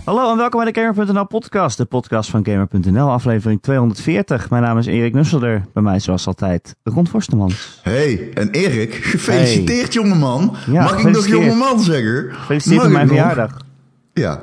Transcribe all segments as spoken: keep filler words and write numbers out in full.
Hallo en welkom bij de Gamer punt n l podcast, de podcast van Gamer punt n l, aflevering tweehonderdveertig. Mijn naam is Erik Nusselder, bij mij zoals altijd Ron Forstemans. Hey, en Erik, gefeliciteerd hey. jongeman. Ja, Mag ik nog jongeman zeggen? Gefeliciteerd op mijn verjaardag. Ja.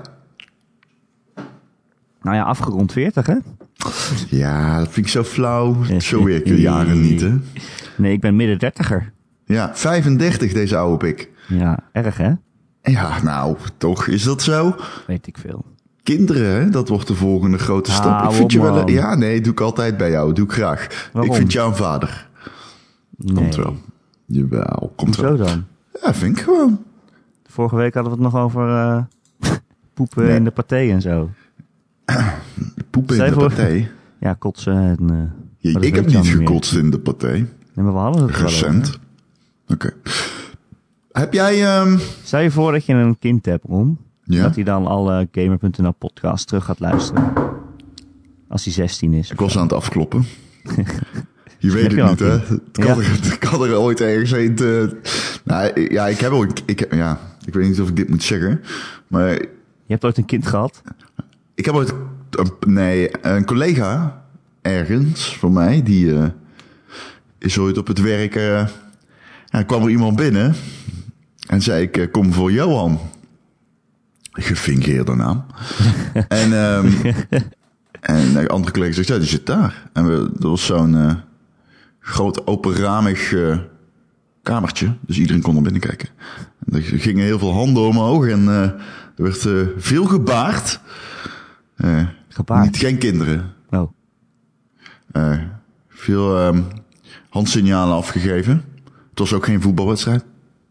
Nou ja, afgerond veertig hè? Ja, dat vind ik zo flauw. Zo werk je jaren niet hè? Nee, ik ben midden dertiger. Ja, vijfendertig deze oude pik. Ja, erg hè? Ja, nou, toch is dat zo? Weet ik veel. Kinderen, hè? Dat wordt de volgende grote stap. Ah, ik vind man. je wel... Ja, nee, doe ik altijd bij jou. Doe ik graag. Waarom? Ik vind jou een vader. Nee. Komt wel. Jawel, komt Hoezo wel. dan? Ja, vind ik gewoon. Vorige week hadden we het nog over uh, poepen Nee. in de paté en zo. Poepen Stel in je de voor- paté. Ja, kotsen en... Uh, Ja, maar dat ik heb weet je niet dan meer. gekotst in de paté. Nee, maar we hadden het er wel Recent. over. Oké. Heb jij... Um... Stel je voor dat je een kind hebt, Ron. Ja? Dat hij dan alle Gamer punt n l podcasts terug gaat luisteren. Als hij zestien is. Ik was aan het afkloppen. Je weet Heb je het al niet, een hè? kind? Het kan, Ja. er, het kan er ooit ergens een te... Nou, ja, ik heb wel... Ik, heb- ja, ik weet niet of ik dit moet zeggen. Maar Je hebt ooit een kind gehad? ik heb ooit... een- Nee, een collega ergens van mij... Die uh, is ooit op het werk... Uh, ja, kwam er iemand binnen... En zei ik, uh, kom voor Johan. Gefingeerde naam. en... Um, En de andere collega zegt, ja, die zit daar. En we, dat was zo'n uh, groot openramig uh, kamertje. Dus iedereen kon er binnen kijken. En er gingen heel veel handen omhoog en uh, er werd uh, veel gebaard. Uh, Gebaard? Niet, geen kinderen. Oh. Uh, veel um, handsignalen afgegeven. Het was ook geen voetbalwedstrijd.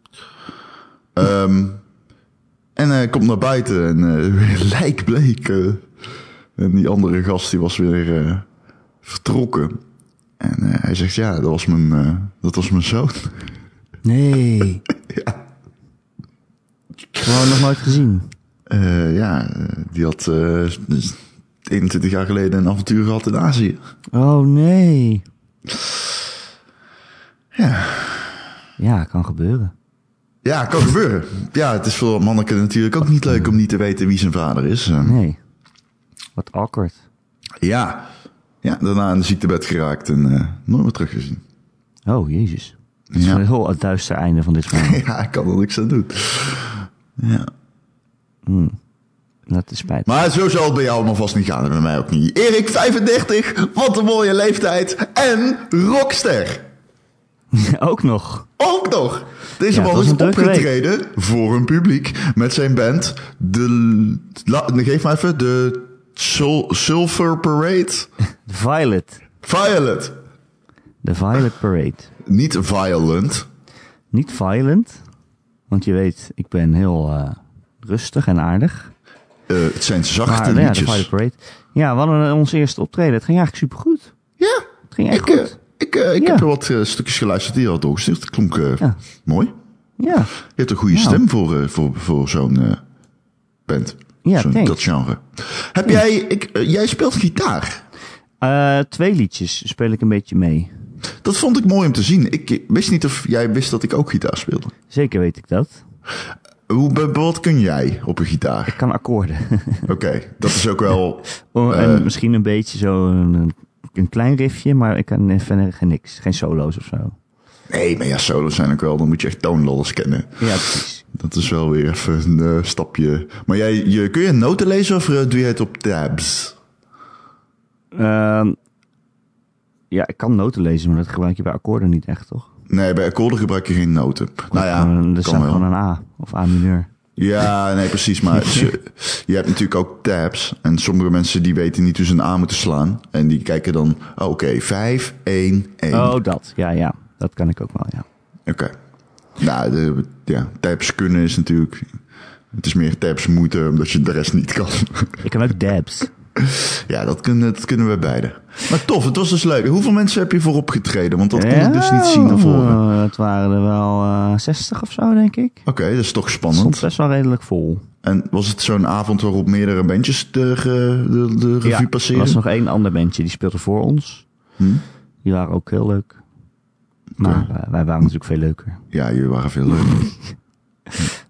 Um, en hij uh, komt naar buiten en uh, weer lijkbleek... Uh, En die andere gast die was weer uh, vertrokken. En uh, hij zegt, ja, dat was mijn, uh, dat was mijn zoon. Nee. ja. Gewoon nog nooit gezien. Uh, ja, uh, die had uh, eenentwintig jaar geleden een avontuur gehad in Azië. Oh nee. Ja. Ja, kan gebeuren. Ja, kan gebeuren. Ja, het is voor manneken natuurlijk ook niet leuk om niet te weten wie zijn vader is. Uh, Nee. Wat awkward. Ja. Ja, daarna in de ziektebed geraakt en uh, nooit meer teruggezien. Oh, jezus. Het is Ja. een heel duister einde van dit verhaal. Ja, ik kan er niks aan doen. Ja. Hmm. Dat is spijt. Maar zo zal het bij jou allemaal vast niet gaan en bij mij ook niet. Erik, vijfendertig, wat een mooie leeftijd. En rockster. Ook nog. Ook nog. Deze Ja, het man was is een drukke opgetreden voor een publiek met zijn band. De, la, geef maar even, de Sul, Sulfur Parade. Violet. Violet. De Violet Parade. Niet violent. Niet violent. Want je weet, ik ben heel uh, rustig en aardig. Uh, het zijn zachte Maar nou ja, de liedjes. Violet Parade. Ja, we hadden ons eerste optreden. Het ging eigenlijk supergoed. Ja. Het ging echt Ik, uh, goed. ik, uh, ik Ja. heb er wat uh, stukjes geluisterd die je had doorgestuurd. Dat klonk uh, Ja. mooi. Ja. Je hebt een goede Nou. stem voor, uh, voor, voor zo'n uh, band. Ja, zo'n, thanks. dat genre. Heb jij, ik, uh, jij speelt gitaar. Uh, twee liedjes speel ik een beetje mee. Dat vond ik mooi om te zien. Ik wist niet of jij wist dat ik ook gitaar speelde. Zeker weet ik dat. Hoe, b- wat kun jij op een gitaar? Ik kan akkoorden. Oké, okay, dat is ook wel... Oh, Uh, en misschien een beetje zo een, een klein riffje, maar ik kan verder geen niks. Geen solo's of zo. Nee, maar ja, solos zijn ook wel... Dan moet je echt toonladders kennen. Ja, precies. Dat is wel weer even een uh, stapje... Maar jij, je, kun je noten lezen of uh, doe je het op tabs? Uh, ja, ik kan noten lezen, maar dat gebruik je bij akkoorden niet echt, toch? Nee, bij akkoorden gebruik je geen noten. Nou ja, gewoon, er kan staat wel. gewoon een A of A mineur. Ja, nee, precies. Maar je, je hebt natuurlijk ook tabs. En sommige mensen die weten niet hoe ze een A moeten slaan. En die kijken dan, oh, oké, okay, vijf, één, één. Oh, dat. Ja, ja. Dat kan ik ook wel, ja. Oké. Okay. Nou, de, ja, tabs kunnen is natuurlijk... Het is meer tabs moeten, omdat je de rest niet kan. Ik kan ook dabs. Ja, dat kunnen, dat kunnen we beide. Maar tof, het was dus leuk. Hoeveel mensen heb je voor opgetreden? Want dat kon ja, ik dus niet zien naar voren. Uh, het waren er wel uh, zestig of zo, denk ik. Oké, okay, dat is toch Het spannend. stond best wel redelijk vol. En was het zo'n avond waarop meerdere bandjes de, de, de revue ja, passeren? Er was nog één ander bandje, die speelde voor ons. Hm? Die waren ook heel leuk. Maar okay. uh, wij waren natuurlijk veel leuker. Ja, jullie waren veel leuker.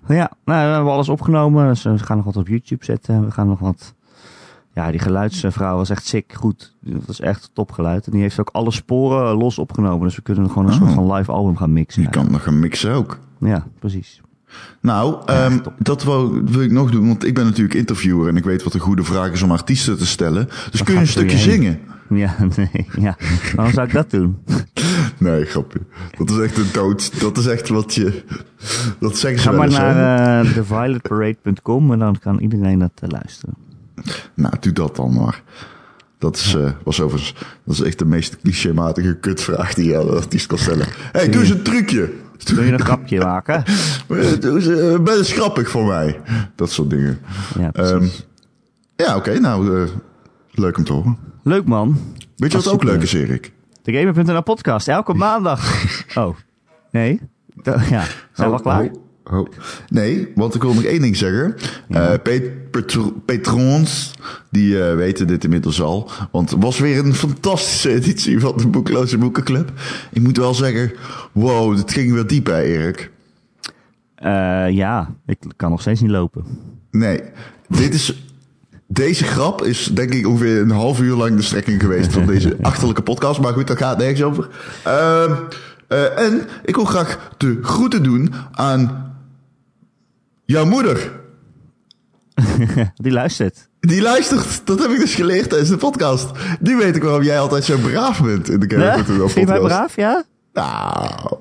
Ja, nou, we hebben alles opgenomen. Dus we gaan nog wat op YouTube zetten. We gaan nog wat... Ja, die geluidsvrouw was echt sick goed. Dat was echt topgeluid. En die heeft ook alle sporen los opgenomen. Dus we kunnen gewoon een oh. soort van live album gaan mixen. Je kan het nog gaan mixen ook. Ja, precies. Nou, ja, um, dat wil, wil ik nog doen. Want ik ben natuurlijk interviewer. En ik weet wat een goede vraag is om artiesten te stellen. Dus dat kun je een stukje je zingen. Ja, nee. Ja. Waarom zou ik dat doen? Nee, grapje. Dat is echt een dood. Dat is echt wat je... Dat zeggen ze Ga wel eens. Ga maar naar uh, the violet parade punt com en dan kan iedereen dat uh, luisteren. Nou, doe dat dan maar. Dat is, uh, was overigens, dat is echt de meest clichématige kutvraag die je aan een artiest kan stellen. Hé, hey, doe eens een trucje. Wil je een grapje maken? Doe eens, uh, ben eens grappig voor mij. Dat soort dingen. Ja, um, ja oké. Okay, nou, uh, leuk om te horen. Leuk, man. Weet je wat ook leuk is, Erik? De Gamer punt n l podcast. Elke maandag. Oh. Nee? Ja. Zijn we al klaar? Oh, oh. Nee, want ik wil nog één ding zeggen. Ja. Uh, Pet- Pet- Patrons, die uh, weten dit inmiddels al. Want het was weer een fantastische editie van de Boekloze Boekenclub. Ik moet wel zeggen, wow, dit ging weer diep, hè, Erik? Uh, ja, ik kan nog steeds niet lopen. Nee, dit is... Deze grap is denk ik ongeveer een half uur lang de strekking geweest van deze achterlijke podcast. Maar goed, daar gaat het nergens over. Uh, uh, en ik wil graag de groeten doen aan jouw moeder. Die luistert. Die luistert. Dat heb ik dus geleerd tijdens de podcast. Nu weet ik waarom jij altijd zo braaf bent in de Gamer punt n l podcast. Vind je mij braaf, ja? Nou.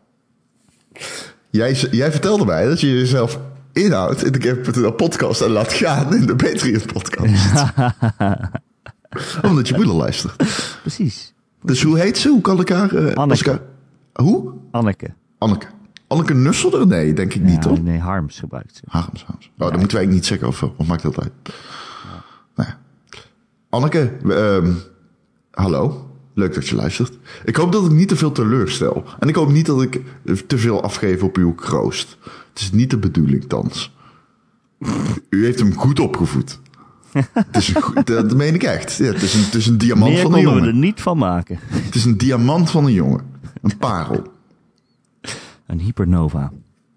Jij, jij vertelde mij dat je jezelf... inhoud in de Gamer punt n l podcast en laat gaan in de Patreon podcast. Omdat je moeder luistert. Precies. Dus hoe heet ze? Hoe kan ik haar... Uh, Anneke. Haar... Hoe? Anneke. Anneke. Anneke Nusselder? Nee, denk ik niet, ja, toch? Nee, Harms gebruikt ze. Harms, Harms. Oh, ja. Dat moeten wij niet zeggen, of wat maakt dat uit? Ja. Nou ja. Anneke, um, hallo. Leuk dat je luistert. Ik hoop dat ik niet te veel teleurstel. En ik hoop niet dat ik te veel afgeef op uw kroost. Het is niet de bedoeling, thans. U heeft hem goed opgevoed. Het is een goed, dat meen ik echt. Ja, het, is een, het is een diamant Meer van een jongen. konden we er niet van maken. Het is een diamant van een jongen. Een parel. Een hypernova.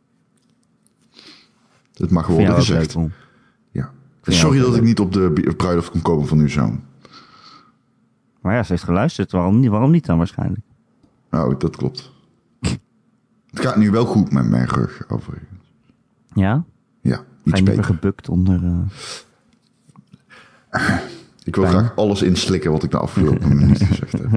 Het mag worden gezegd. Ja. Sorry dat ik niet op de bruiloft kon komen van uw zoon. Maar ja, ze heeft geluisterd. Waarom niet, waarom niet dan waarschijnlijk? Nou, dat klopt. Het gaat nu wel goed met mijn rug, overigens. Ja? Ja, iets beter. Ga je niet gebukt onder... Uh... Ik wil Pijn. graag alles inslikken wat ik de afgelopen minuut gezegd heb.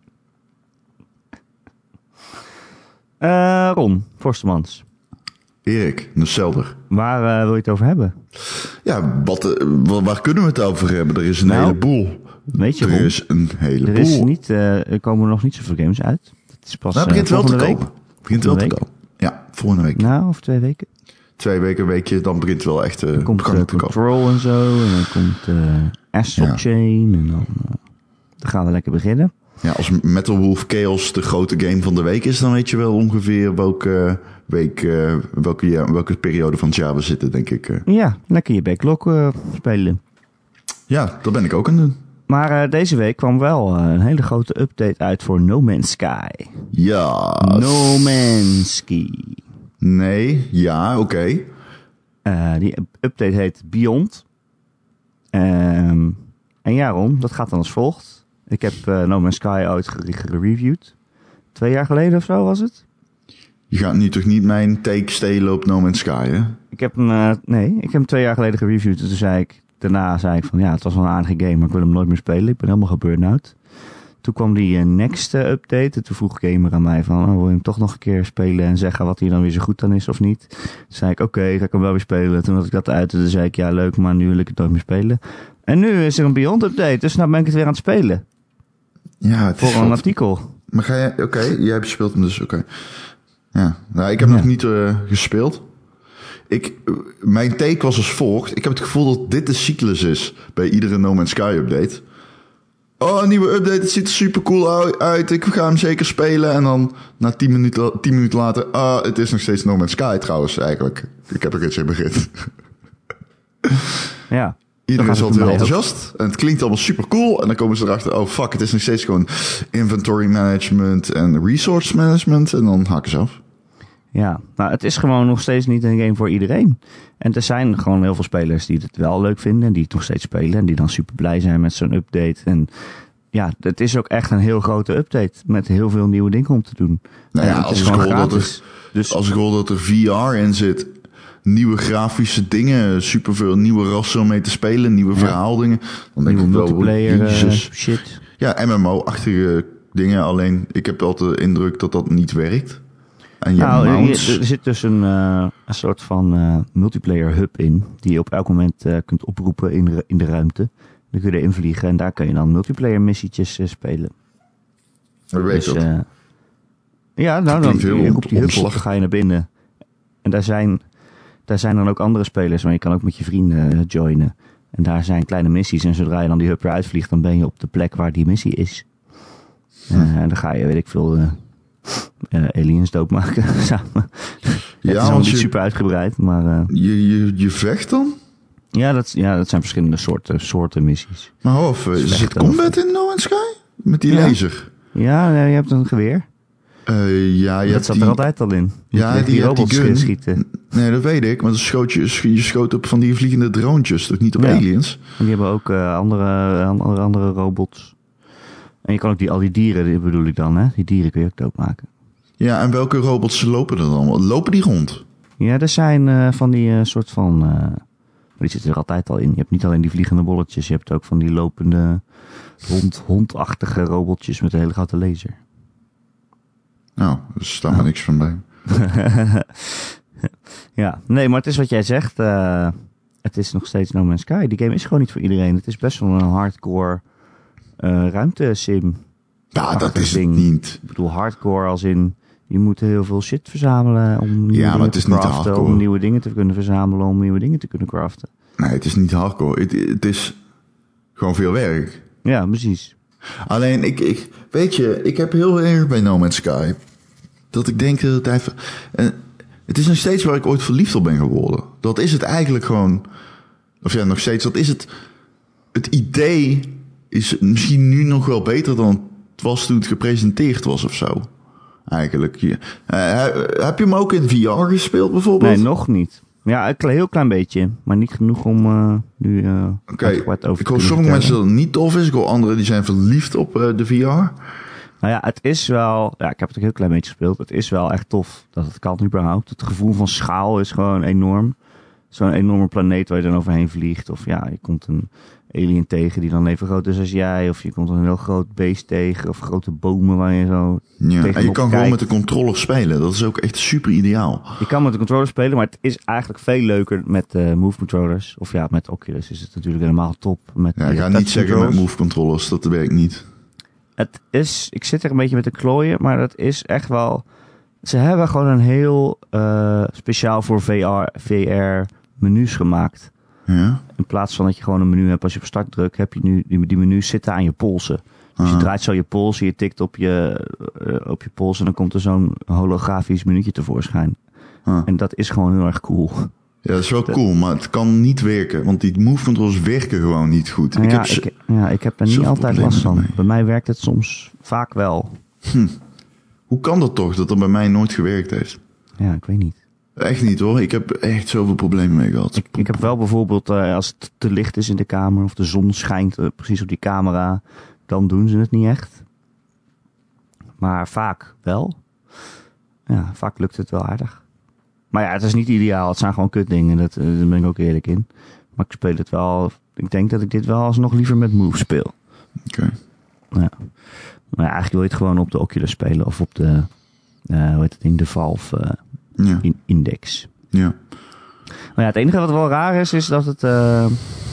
Uh, Ron, Forstemans. Erik, Nusselder. Waar uh, wil je het over hebben? Ja, wat, uh, waar kunnen we het over hebben? Er is een nou, heleboel. Weet je, er Ron, is een heleboel. Er, is niet, uh, er komen nog niet zoveel games uit. Het is pas, nou, het begint uh, wel te week. komen. Het begint wel te komen. Ja, volgende week. Nou, of twee weken. Twee weken, een weekje, dan begint het wel echt uh, dan komt gang uh, te komen. Control en zo. En dan komt uh, Astral ja. Chain. En dan, uh, dan gaan we lekker beginnen. Ja, als Metal Wolf Chaos de grote game van de week is, dan weet je wel ongeveer welke week, uh, welke, ja, welke periode van het jaar we zitten, denk ik. Uh. Ja, lekker je backlog uh, spelen. Ja, dat ben ik ook aan het doen. Maar uh, deze week kwam wel uh, een hele grote update uit voor No Man's Sky. Ja. No Man's Sky. Nee, ja, oké. Okay. Uh, die update heet Beyond. Um, en ja, Ron, dat gaat dan als volgt. Ik heb uh, No Man's Sky ooit gereviewd. Twee jaar geleden of zo was het. Je gaat nu toch niet mijn take stelen op No Man's Sky, hè? Ik heb hem, uh, nee, ik heb hem twee jaar geleden gereviewd. En toen zei ik, daarna zei ik van ja, het was wel een aardige game, maar ik wil hem nooit meer spelen. Ik ben helemaal geburn-out. Toen kwam die uh, next uh, update. En toen vroeg Gamer aan mij van, oh, wil je hem toch nog een keer spelen en zeggen wat hij dan weer zo goed aan is of niet? Toen zei ik, oké, okay, ga ik hem wel weer spelen. Toen had ik dat uit en toen zei ik, ja leuk, maar nu wil ik het nooit meer spelen. En nu is er een Beyond update, dus nou ben ik het weer aan het spelen. Ja, het voor is een wat... artikel. Maar ga je, oké, okay, jij hebt gespeeld hem dus, oké. Okay. Ja, nou, ik heb ja. nog niet uh, gespeeld. Ik, uh, mijn take was als volgt. Ik heb het gevoel dat dit de cyclus is bij iedere No Man's Sky update. Oh, een nieuwe update, het ziet er super cool uit. Ik ga hem zeker spelen. En dan na tien minuten, tien minuten later, ah, uh, het is nog steeds No Man's Sky trouwens, eigenlijk. Ik heb er iets in begin. Ja. Iedereen is altijd heel enthousiast. En het klinkt allemaal super cool. En dan komen ze erachter, oh fuck, het is nog steeds gewoon inventory management en resource management. En dan haken ze af. Ja, nou, het is gewoon nog steeds niet een game voor iedereen. En er zijn gewoon heel veel spelers die het wel leuk vinden en die het nog steeds spelen en die dan super blij zijn met zo'n update. En ja, het is ook echt een heel grote update met heel veel nieuwe dingen om te doen. Nou ja, het als is ik, gewoon hoor dat gratis. er, Dus als ik hoor dat er V R in zit, nieuwe grafische dingen, superveel nieuwe rassen om mee te spelen, nieuwe Ja. verhaaldingen, dan denk nieuwe ik wel, multiplayer eh, jezus. shit. Ja, M M O-achtige dingen, alleen ik heb altijd de indruk dat dat niet werkt. En je Nou, hebt er, mounts. er zit dus een, uh, een soort van uh, multiplayer hub in, die je op elk moment uh, kunt oproepen in de, in de ruimte. Dan kun je erin vliegen en daar kun je dan multiplayer missietjes uh, spelen. Hoe weet Dus, dat? uh, ja, nou dan Klinkt heel je roept die hub op, omslag. dan ga je naar binnen. En daar zijn, daar zijn dan ook andere spelers, maar je kan ook met je vrienden uh, joinen. En daar zijn kleine missies en zodra je dan die hub weer uitvliegt, dan ben je op de plek waar die missie is. Uh, en dan ga je, weet ik veel, uh, uh, aliens doodmaken samen. Ja, Het is al want niet je- super uitgebreid, maar uh, Je, je, je vecht dan? ja, dat, ja, dat zijn verschillende soorten, soorten missies. Maar hof, er Vechten zit of- combat in No Man's Sky? Met die Ja. laser? Ja, ja, je hebt een geweer. Eh, ja, je dat hebt zat die... er altijd al in. Je Ja, moet die, die hebt die robots gun. schieten. Nee, dat weet ik. Maar dan schoot je, sch- je schoot op van die vliegende droontjes. Toch niet op Ja. aliens? En die hebben ook uh, andere, andere, andere robots. En je kan ook die, al die dieren, die bedoel ik dan, hè? Die dieren kun je ook doodmaken. Ja, en welke robots lopen er dan? Lopen die rond? Ja, er zijn uh, van die uh, soort van... Uh, die zitten er altijd al in. Je hebt niet alleen die vliegende bolletjes. Je hebt ook van die lopende hond, hondachtige robotjes met een hele grote laser. Nou, er staat maar niks van bij. Ja, nee, maar het is wat jij zegt. Uh, het is nog steeds No Man's Sky. Die game is gewoon niet voor iedereen. Het is best wel een hardcore uh, ruimtesim. Ja, dat is het ding. niet. Ik bedoel, hardcore als in... Je moet heel veel shit verzamelen om nieuwe Ja, maar dingen het is te niet craften. hardcore. Om nieuwe dingen te kunnen verzamelen. Om nieuwe dingen te kunnen craften. Nee, het is niet hardcore. Het, het is gewoon veel werk. Ja, precies. Alleen, ik, ik, weet je, ik heb heel erg bij No Man's Sky dat ik denk dat het even... En het is nog steeds waar ik ooit verliefd op ben geworden. Dat is het eigenlijk gewoon... Of ja, nog steeds, dat is het... Het idee is misschien nu nog wel beter dan het was toen het gepresenteerd was of zo. Eigenlijk. Ja. Uh, heb je hem ook in V R gespeeld bijvoorbeeld? Nee, nog niet. Ja, een heel klein beetje. Maar niet genoeg om uh, nu uh, Oké, uitgebreid over ik te hoor kunnen sommige mensen vertellen. dat het niet tof is. Ik hoor anderen die zijn verliefd op uh, de V R. Nou ja, het is wel... Ja, ik heb het ook een heel klein beetje gespeeld. Het is wel echt tof dat het kan überhaupt. Het gevoel van schaal is gewoon enorm. Zo'n enorme planeet waar je dan overheen vliegt. Of ja, je komt een alien tegen die dan even groot is als jij. Of je komt een heel groot beest tegen. Of grote bomen waar je zo Ja, en je tegenop kan gewoon kijkt. met de controller spelen. Dat is ook echt super ideaal. Je kan met de controller spelen, maar het is eigenlijk veel leuker met uh, Move controllers. Of ja, met Oculus is het natuurlijk helemaal top. Met Ja, die ik ga touch niet zeggen met controls. move controllers. Dat werkt niet. Het is, ik zit er een beetje met de klooien, maar dat is echt wel... Ze hebben gewoon een heel uh, speciaal voor V R, V R menus gemaakt. Ja? In plaats van dat je gewoon een menu hebt als je op start drukt, heb je nu die, die menus zitten aan je polsen. Dus je Ah. draait zo je pols, je tikt op je, uh, op je pols en dan komt er zo'n holografisch minuutje tevoorschijn. Ah. En dat is gewoon heel erg cool. Ja, dat is wel cool, maar het kan niet werken. Want die move controllers werken gewoon niet goed. Nou ik ja, heb ze- ik, ja, ik heb er niet zoveel altijd problemen last van. mee. Bij mij werkt het soms vaak wel. Hoe kan dat toch, dat er bij mij nooit gewerkt heeft? Ja, ik weet niet. Echt niet hoor, ik heb echt zoveel problemen mee gehad. Ik, ik heb wel bijvoorbeeld, uh, als het te licht is in de kamer of de zon schijnt uh, precies op die camera, dan doen ze het niet echt. Maar vaak wel. Ja, vaak lukt het wel aardig. Maar ja, het is niet ideaal. Het zijn gewoon kutdingen, dat, uh, daar ben ik ook eerlijk in. Maar ik speel het wel, ik denk dat ik dit wel alsnog liever met Move speel. Oké. Ja. Maar ja, eigenlijk wil je het gewoon op de Oculus spelen of op de, uh, hoe heet het ding, de Valve uh, Ja, in Index. ja. Maar ja, het enige wat wel raar is, is dat het uh, uh,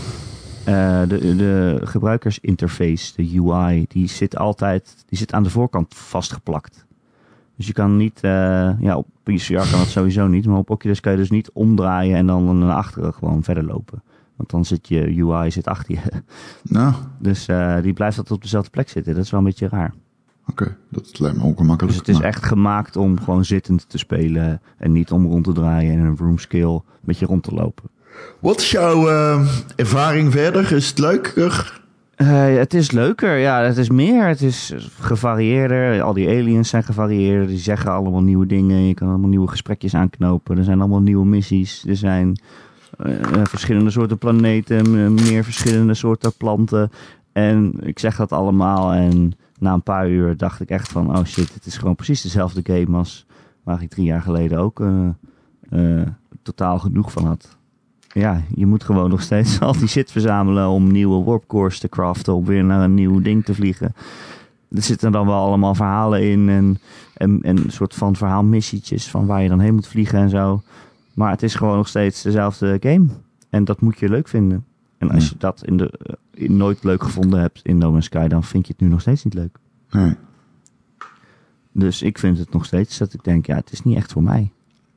de, de gebruikersinterface, de U I, die zit altijd, die zit aan de voorkant vastgeplakt. Dus je kan niet, uh, ja, op P C R kan dat sowieso niet, maar op Oculus kan je dus niet omdraaien en dan naar achteren gewoon verder lopen. Want dan zit je U I zit achter je. Nou, Dus uh, die blijft altijd op dezelfde plek zitten. Dat is wel een beetje raar. oké, okay. Dat lijkt me ongemakkelijk. Dus het is maar- echt gemaakt om gewoon zittend te spelen en niet om rond te draaien en een room skill een beetje rond te lopen. Wat is jouw uh, ervaring verder? Is het leuker? Uh, het is leuker, ja, het is meer, het is gevarieerder. Al die aliens zijn gevarieerder, die zeggen allemaal nieuwe dingen. Je kan allemaal nieuwe gesprekjes aanknopen. Er zijn allemaal nieuwe missies. Er zijn uh, verschillende soorten planeten, meer verschillende soorten planten. En ik zeg dat allemaal en na een paar uur dacht ik echt van... oh shit, het is gewoon precies dezelfde game als waar ik drie jaar geleden ook uh, uh, totaal genoeg van had. Ja, je moet gewoon nog steeds al die shit verzamelen om nieuwe warpcores te craften, om weer naar een nieuw ding te vliegen. Er zitten dan wel allemaal verhalen in en, en, en een soort van verhaalmissietjes van waar je dan heen moet vliegen en zo. Maar het is gewoon nog steeds dezelfde game. En dat moet je leuk vinden. En als je dat in de, in nooit leuk gevonden hebt in No Man's Sky, dan vind je het nu nog steeds niet leuk. Nee. Dus ik vind het nog steeds dat ik denk, ja, het is niet echt voor mij.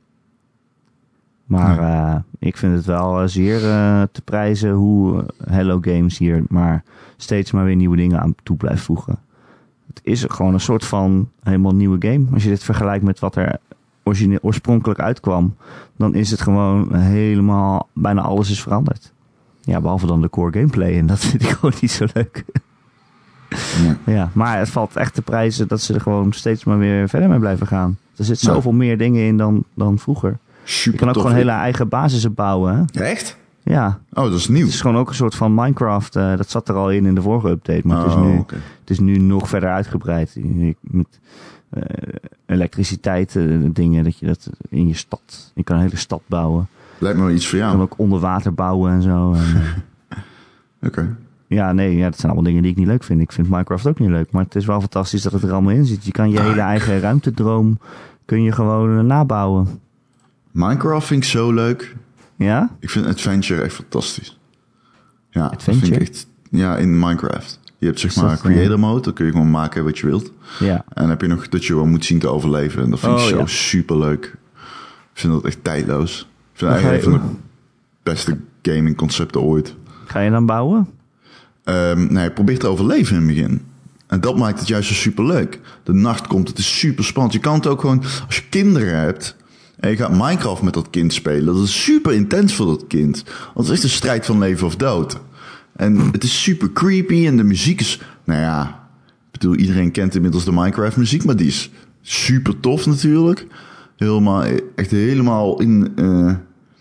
Maar uh, ik vind het wel uh, zeer uh, te prijzen hoe uh, Hello Games hier maar steeds maar weer nieuwe dingen aan toe blijft voegen. Het is gewoon een soort van helemaal nieuwe game. Als je dit vergelijkt met wat er origine- oorspronkelijk uitkwam, dan is het gewoon helemaal, bijna alles is veranderd. Ja, behalve dan de core gameplay en dat vind ik gewoon niet zo leuk. Ja. Ja, maar het valt echt te prijzen dat ze er gewoon steeds maar weer verder mee blijven gaan. Er zit zoveel ja. meer dingen in dan, dan vroeger. Super je kan ook tof, gewoon hele eigen basissen bouwen. Hè? Ja, echt? Ja. Oh, dat is nieuw. Het is gewoon ook een soort van Minecraft. Uh, dat zat er al in in de vorige update. Maar oh, het, is nu, okay. het is nu nog verder uitgebreid. Met uh, elektriciteit uh, dingen. Dat je dat in je stad... Je kan een hele stad bouwen. Lijkt me wel iets voor jou. Je kan ook onder water bouwen en zo. En, uh, Oké. Okay. Ja, nee, ja, dat zijn allemaal dingen die ik niet leuk vind. Ik vind Minecraft ook niet leuk. Maar het is wel fantastisch dat het er allemaal in zit. Je kan je ah, hele eigen ruimtedroom kun je gewoon uh, nabouwen. Minecraft vind ik zo leuk. Ja? Ik vind Adventure echt fantastisch. Ja, Adventure? Dat vind ik echt, ja, in Minecraft. Je hebt zeg maar dat, creator mode, dan kun je gewoon maken wat je wilt. Ja. En dan heb je nog dat je wel moet zien te overleven. En dat vind ik oh, zo ja. super leuk. Ik vind dat echt tijdloos. Ik vind het eigenlijk een van de beste gaming concepten ooit. Ga je dan bouwen? Um, nee, je probeert te overleven in het begin. En dat maakt het juist zo super leuk. De nacht komt, het is super spannend. Je kan het ook gewoon, als je kinderen hebt en je gaat Minecraft met dat kind spelen, dat is super intens voor dat kind. Want het is echt een strijd van leven of dood. En het is super creepy en de muziek is, nou ja, ik bedoel, iedereen kent inmiddels de Minecraft muziek, maar die is super tof natuurlijk. Helemaal, echt helemaal in, uh,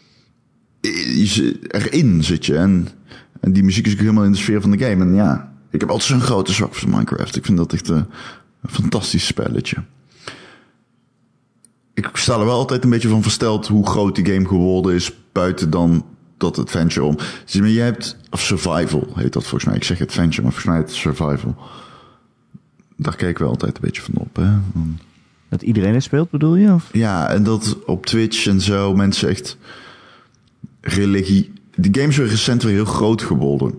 erin zit je. En, en die muziek is ook helemaal in de sfeer van de game. En ja, ik heb altijd zo'n grote zwak voor Minecraft. Ik vind dat echt uh, een fantastisch spelletje. Ik sta er wel altijd een beetje van versteld hoe groot die game geworden is, buiten dan dat adventure om. Dus, maar je hebt, of survival heet dat volgens mij. Ik zeg adventure, maar volgens mij het survival. Daar kijk ik wel altijd een beetje van op. Hè? Dat iedereen het speelt, bedoel je? Of? Ja, en dat op Twitch en zo mensen echt religie. Die games zijn recent weer heel groot geworden.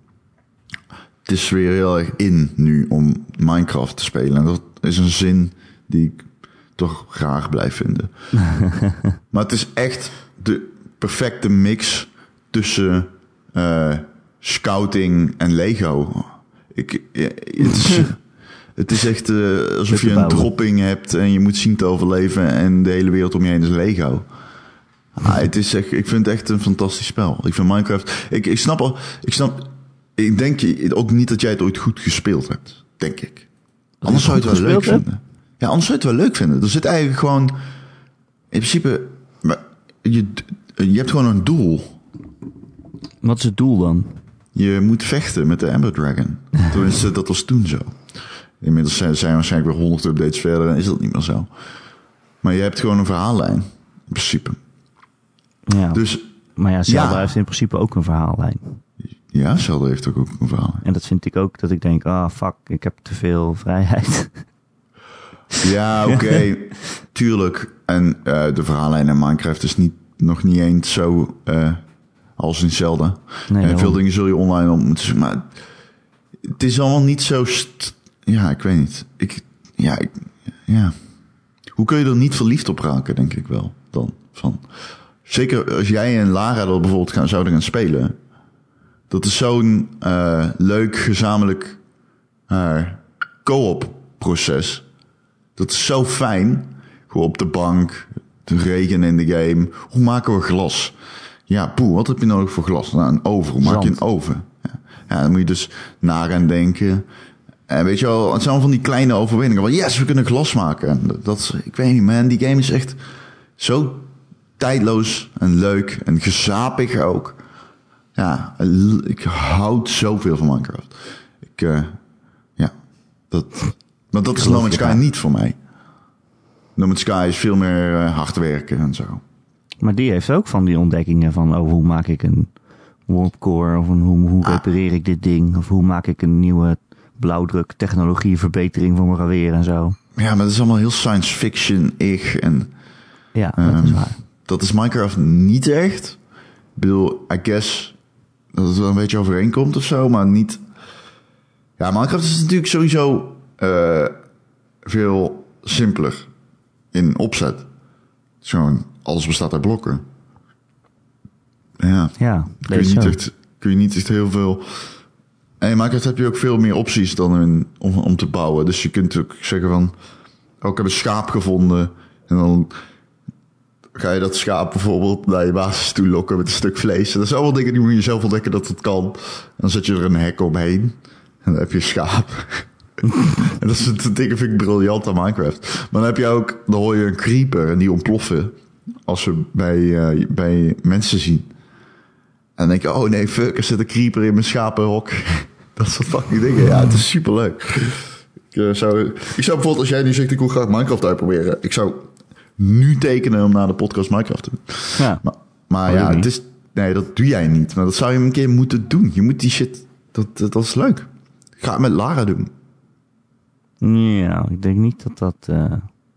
Het is weer heel erg in nu om Minecraft te spelen. En dat is een zin die ik toch graag blijf vinden. Maar het is echt de perfecte mix tussen uh, scouting en Lego. Ik, ja, het, is, het is echt uh, alsof je een dropping hebt en je moet zien te overleven en de hele wereld om je heen is Lego. Ah, het is echt, ik vind het echt een fantastisch spel. Ik vind Minecraft... Ik, ik snap al... Ik snap... Ik denk je ook niet dat jij het ooit goed gespeeld hebt. Denk ik. Dat anders zou je het wel leuk heb? vinden. Ja, anders zou je het wel leuk vinden. Er zit eigenlijk gewoon... In principe... Je, je hebt gewoon een doel. Wat is het doel dan? Je moet vechten met de Ember Dragon. Tenminste, dat was toen zo. Inmiddels zijn, zijn waarschijnlijk weer honderd updates verder en is dat niet meer zo. Maar je hebt gewoon een verhaallijn. In principe. Ja, dus, maar ja, Zelda ja. heeft in principe ook een verhaallijn. Ja, Zelda heeft ook, ook een verhaal. En dat vind ik ook, dat ik denk, ah, oh, fuck, ik heb te veel vrijheid. Ja, oké, okay. Tuurlijk. En uh, de verhaallijn in Minecraft is niet, nog niet eens zo uh, als in Zelda. Nee, en veel dingen zul je online op moeten zien. Maar het is allemaal niet zo... St- ja, ik weet niet. Ik, ja, ik, ja. Hoe kun je er niet verliefd op raken, denk ik wel, dan. Van... Zeker als jij en Lara dat bijvoorbeeld gaan, zouden gaan spelen. Dat is zo'n uh, leuk gezamenlijk uh, co-op proces. Dat is zo fijn. Gewoon op de bank, de regen in de game. Hoe maken we glas? Ja, poeh, wat heb je nodig voor glas? Nou, een oven. Hoe maak je een oven? Ja, ja dan moet je dus na gaan denken. En weet je wel, het zijn allemaal van die kleine overwinningen. Van yes, we kunnen glas maken. En dat, dat, ik weet niet, man. Die game is echt zo tijdloos en leuk en gezapig ook. Ja, ik houd zoveel van Minecraft. Ik, uh, ja, dat, maar dat is No Man's Sky niet voor mij. No Man's Sky is veel meer uh, hard werken en zo. Maar die heeft ook van die ontdekkingen van, oh, hoe maak ik een warp core? Of een, hoe, hoe repareer ik dit ding? Of hoe maak ik een nieuwe blauwdruk technologie verbetering voor mijn weer en zo. Ja, maar dat is allemaal heel science fiction-ig. En, ja, dat um, is waar. Dat is Minecraft niet echt. Ik bedoel, I guess dat het wel een beetje overeenkomt of zo, maar niet... Ja, Minecraft is natuurlijk sowieso uh, veel simpeler in opzet. Zo'n, alles bestaat uit blokken. Ja, ja kun je, niet echt, kun je niet echt heel veel... En in Minecraft heb je ook veel meer opties dan in, om, om te bouwen. Dus je kunt ook zeggen van... Oh, ik heb een schaap gevonden. En dan ga je dat schaap bijvoorbeeld naar je basis toe lokken met een stuk vlees. En dat zijn allemaal dingen die moet je zelf ontdekken dat het kan. En dan zet je er een hek omheen. En dan heb je een schaap. En dat soort dingen vind ik briljant aan Minecraft. Maar dan heb je ook... Dan hoor je een creeper en die ontploffen. Als ze bij, uh, bij mensen zien. En dan denk je, oh nee, fuck, er zit een creeper in mijn schapenhok. Dat soort fucking dingen. Ja, het is superleuk. Ik, uh, zou, ik zou bijvoorbeeld, als jij nu zegt, ik wil graag Minecraft uitproberen. Ik zou nu tekenen om naar de podcast Minecraft te doen. Ja. Maar, maar oh, ja, het is... Nee, dat doe jij niet. Maar dat zou je een keer moeten doen. Je moet die shit... Dat, dat, dat is leuk. Ga het met Lara doen. Ja, ik denk niet dat dat uh,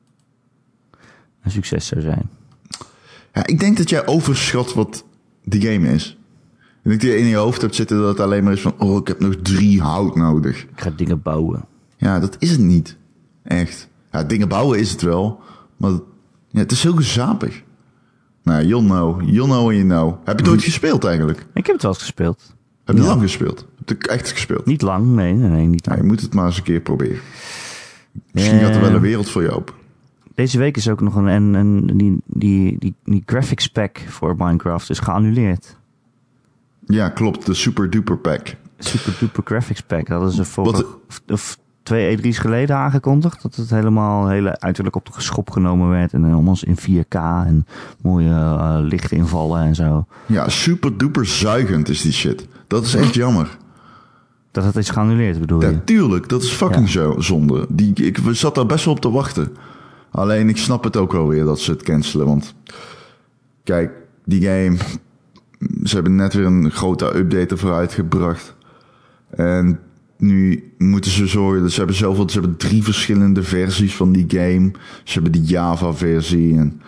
een succes zou zijn. Ja, ik denk dat jij overschat wat die game is. Ik denk dat je in je hoofd hebt zitten dat het alleen maar is van... Oh, ik heb nog drie hout nodig. Ik ga dingen bouwen. Ja, dat is het niet. Echt. Ja, dingen bouwen is het wel. Maar ja, het is heel gezapig. Nou, you'll know. You'll know and you know. Heb je het ooit gespeeld eigenlijk? Ik heb het wel eens gespeeld. Heb je ja. lang gespeeld? Heb je het echt gespeeld? Niet lang, nee. nee, nee niet lang. Ja, je moet het maar eens een keer proberen. Misschien uh, gaat er wel een wereld voor je open. Deze week is ook nog een... een, een die, die, die, die graphics pack voor Minecraft is geannuleerd. Ja, klopt. De Super Duper Pack. Super Duper Graphics Pack. Dat is er voor of twee E drie's geleden aangekondigd. Dat het helemaal hele uiterlijk op de schop genomen werd. En allemaal in vier K en mooie uh, lichtinvallen en zo. Ja, super duper zuigend is die shit. Dat is echt jammer. Dat het is geannuleerd, bedoel je? Ja, tuurlijk. Dat is fucking ja. zonde. Die, ik zat daar best wel op te wachten. Alleen ik snap het ook wel weer dat ze het cancelen. Want kijk, die game... Ze hebben net weer een grote update ervoor uitgebracht. En nu moeten ze zorgen... Dat ze hebben zoveel... Ze hebben drie verschillende versies van die game. Ze hebben die Java-versie. En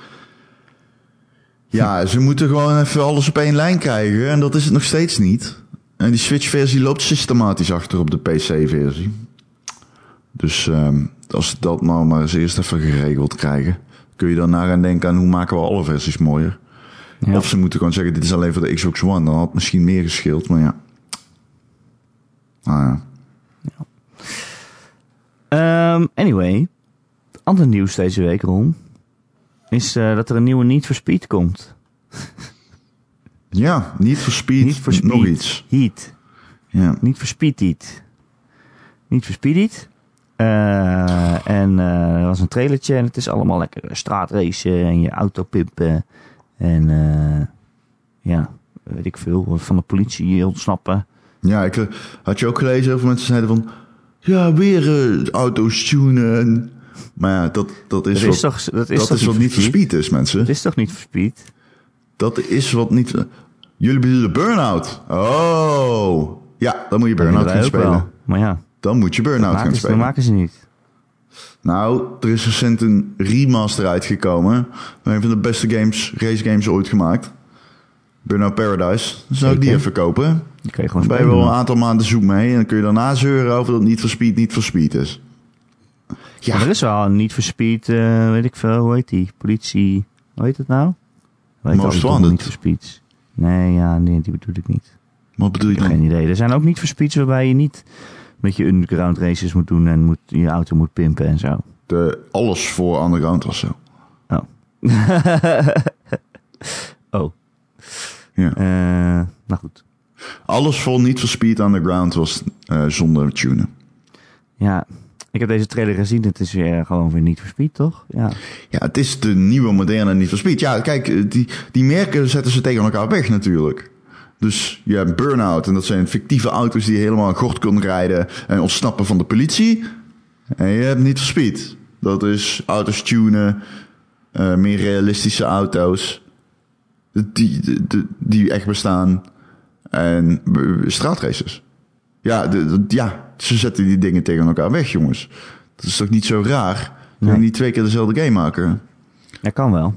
ja, ze moeten gewoon even alles op één lijn krijgen. En dat is het nog steeds niet. En die Switch-versie loopt systematisch achter op de P C-versie. Dus um, als ze dat nou maar eens eerst even geregeld krijgen... kun je daarna gaan denken aan hoe maken we alle versies mooier. Ja. Of ze moeten gewoon zeggen, dit is alleen voor de Xbox One. Dan had het misschien meer gescheeld, maar ja. Ah, ja. ja. Um, anyway, ander nieuws deze week, Ron, is uh, dat er een nieuwe Need for Speed komt. Ja, Need for Speed, Need for Speed nog iets. Heat. Ja. Need for Speed Heat. Need for Speed Heat. Uh, en uh, er was een trailertje en het is allemaal lekker straatracen en je auto pimpen. En uh, ja, weet ik veel, van de politie ontsnappen. Ja, ik had je ook gelezen, heel veel mensen zeiden van... Ja, weer uh, auto's tunen. Maar ja, dat, dat is, dat is wat, toch, dat is dat toch is wat niet for speed is, mensen. Dat is toch niet for speed? Dat is wat niet... Jullie bedoelen Burnout. Oh. Ja, dan moet je Burnout gaan spelen. Wel, maar ja. Dan moet je Burnout gaan spelen. Dat maken ze niet. Nou, er is recent een remaster uitgekomen. Een van de beste games, race games ooit gemaakt. Burnout Paradise. Dan zou ik die even kopen. Dan kun je gewoon ben je wel een aantal maanden zoek mee. En dan kun je daarna zeuren over dat niet voor speed niet voor speed is. Ja. Maar er is wel een niet voor speed, uh, weet ik veel, hoe heet die? Politie, hoe heet het nou? Most Wanted. Niet voor speeds. Nee, ja, nee, die bedoel ik niet. Wat bedoel je dan? Geen idee. Er zijn ook niet voor speeds waarbij je niet met je underground races moet doen en moet, je auto moet pimpen en zo. De alles voor underground was zo. Oh. oh. Ja. Uh, nou goed. Alles voor Need for Speed Underground was uh, zonder tunen. Ja, ik heb deze trailer gezien. Het is weer gewoon weer Need for Speed, toch? Ja, ja, het is de nieuwe moderne Need for Speed. Ja, kijk, die, die merken zetten ze tegen elkaar weg natuurlijk. Dus je hebt Burnout en dat zijn fictieve auto's die helemaal gort kunnen rijden en ontsnappen van de politie. En je hebt Need for Speed. Dat is auto's tunen, uh, meer realistische auto's die, die, die, die echt bestaan en straatraces. Ja, de, de, ja, ze zetten die dingen tegen elkaar weg, jongens. Dat is toch niet zo raar? Nee. Niet twee keer dezelfde game maken. Dat kan wel.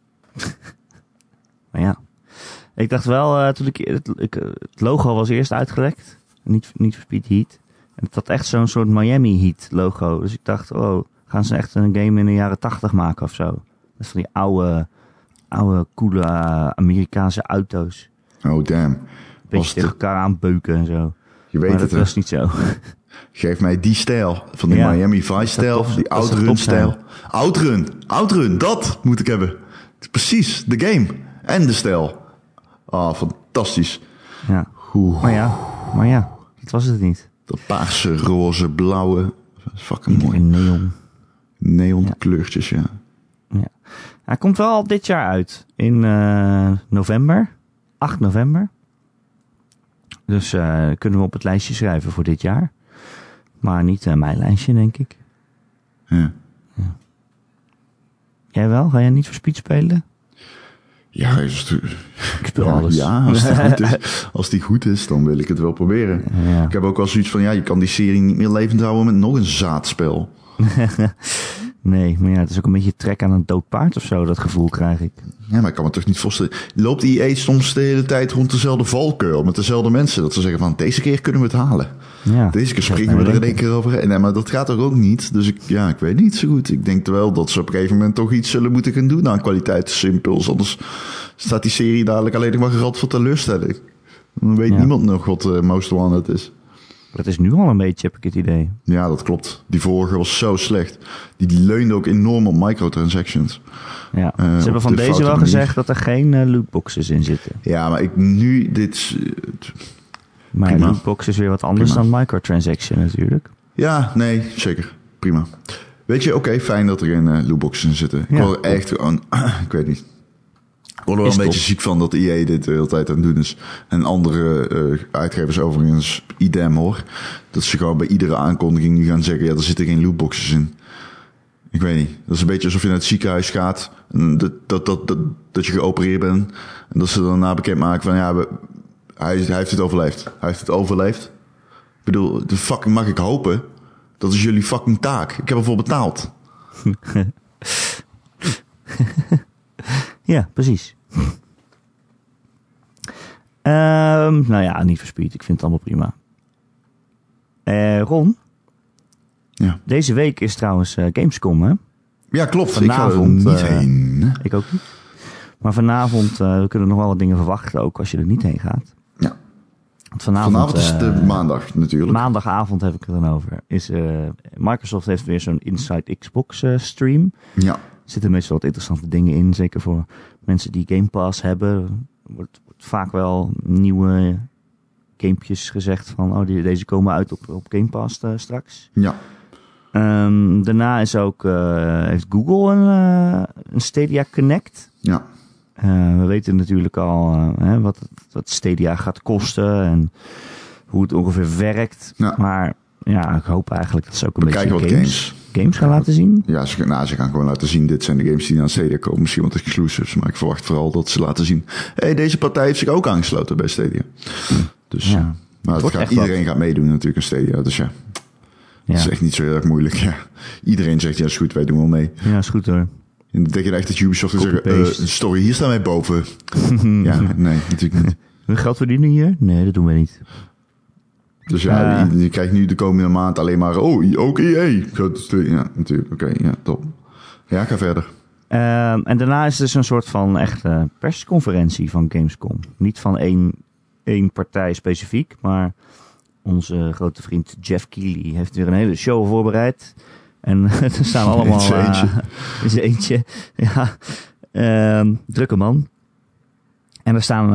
Maar ja. Ik dacht wel, uh, toen ik het, ik, het logo was eerst uitgelekt. Niet, niet voor Speed Heat. En het had echt zo'n soort Miami Heat logo. Dus ik dacht, oh, gaan ze echt een game in de jaren tachtig maken of zo? Dat is van die oude, oude, coole uh, Amerikaanse auto's. Oh, damn. Beetje tegen elkaar aanbeuken en zo. Je weet maar het, dat was niet zo. Geef mij die stijl. Van die ja, Miami Vice stijl. Tof, die Outrun stijl. Outrun. Outrun. Dat moet ik hebben. Precies. De game. En de stijl. Ah, oh, fantastisch. Ja. Oeh. Maar ja. Maar ja. Dat was het niet. Dat paarse, roze, blauwe. Fucking mooi. Neon. Neon ja. kleurtjes, ja. Ja. Hij komt wel al dit jaar uit. In uh, november. acht november. Dus uh, kunnen we op het lijstje schrijven voor dit jaar. Maar niet uh, mijn lijstje, denk ik. Ja. ja. Jij wel? Ga jij niet voor Speed spelen? Ja, is het, ik speel ja, alles. Ja, als die, goed is, als die goed is, dan wil ik het wel proberen. Ja. Ik heb ook wel zoiets van, ja, je kan die serie niet meer levend houden met nog een zaadspel. Nee, maar ja, het is ook een beetje trek aan een dood paard of zo, dat gevoel krijg ik. Ja, maar ik kan me toch niet voorstellen. Loopt I E soms de hele tijd rond dezelfde valkuil met dezelfde mensen? Dat ze zeggen van, deze keer kunnen we het halen. Ja, deze keer springen we er in één keer over. Nee, maar dat gaat er ook niet. Dus ik, ja, ik weet niet zo goed. Ik denk wel dat ze op een gegeven moment toch iets zullen moeten gaan doen aan kwaliteitsimpuls. Anders staat die serie dadelijk alleen nog maar gerad voor teleurstelling. Dan weet ja. niemand nog wat uh, Most Wanted is. Dat is nu al een beetje, heb ik het idee. Ja, dat klopt. Die vorige was zo slecht. Die, die leunde ook enorm op microtransactions. Ja. Uh, Ze hebben van de deze wel manier. gezegd dat er geen uh, lootboxes in zitten. Ja, maar ik nu dit... Uh, maar prima. Lootbox is weer wat anders prima. dan microtransaction natuurlijk. Ja, nee, zeker. Prima. Weet je, oké, okay, fijn dat er geen uh, lootboxes in zitten. Ik ja. word er echt gewoon... ik weet niet. Ik word er wel een beetje ziek van dat I E dit de hele tijd aan het doen is. En andere uh, uitgevers overigens idem hoor. Dat ze gewoon bij iedere aankondiging nu gaan zeggen... ja, er zitten geen lootboxes in. Ik weet niet. Dat is een beetje alsof je naar het ziekenhuis gaat... en dat, dat, dat, dat, dat je geopereerd bent... en dat ze daarna bekend maken van... ja, we, hij, hij heeft het overleefd. Hij heeft het overleefd. Ik bedoel, de fucking mag ik hopen... dat is jullie fucking taak. Ik heb ervoor betaald. Ja, precies. um, nou ja, niet voor Speed. Ik vind het allemaal prima. Uh, Ron? Ja. Deze week is trouwens uh, Gamescom, hè? Ja, klopt. Vanavond, ik ga er niet uh, heen. Ik ook niet. Maar vanavond uh, we kunnen nog wel wat dingen verwachten, ook als je er niet heen gaat. Ja. Want vanavond, vanavond is de uh, maandag natuurlijk. Maandagavond heb ik het dan over. Is, uh, Microsoft heeft weer zo'n Inside Xbox uh, stream. Ja. Er zitten meestal wat interessante dingen in. Zeker voor mensen die Game Pass hebben. Er wordt, wordt vaak wel nieuwe gamepjes gezegd van... oh, die, deze komen uit op, op Game Pass uh, straks. Ja. Um, daarna is ook, uh, heeft Google een, uh, een Stadia Connect. Ja. Uh, we weten natuurlijk al uh, hè, wat, wat Stadia gaat kosten en hoe het ongeveer werkt. Ja. Maar ja, ik hoop eigenlijk dat ze ook een We beetje games, games, games gaan laten zien. Ja, ze, nou, ze gaan gewoon laten zien, dit zijn de games die naar Stadia komen. Misschien wat exclusives, maar ik verwacht vooral dat ze laten zien... hé, hey, deze partij heeft zich ook aangesloten bij Stadia. Dus, ja. Maar het gaat, iedereen wat. gaat meedoen natuurlijk aan Stadia, dus ja... Ja. Dat is echt niet zo heel erg moeilijk. Ja. Iedereen zegt, ja, is goed, wij doen wel mee. Ja, is goed hoor. En dan denk je echt dat Ubisoft gaat zeggen, uh, sorry, hier staan wij boven. Ja, nee, natuurlijk niet. We geld verdienen hier? Nee, dat doen wij niet. Dus ja, uh, je, je krijgt nu de komende maand alleen maar, oh, ook I E. Ja, natuurlijk, oké, okay, ja, top. Ja, ga verder. Uh, en daarna is er dus een soort van echte persconferentie van Gamescom. Niet van één, één partij specifiek, maar... Onze grote vriend Jeff Keighley heeft weer een hele show voorbereid. En er staan allemaal... In zijn eentje. Uh, in zijn eentje. Ja. Uh, drukke man. En er staan uh, ja,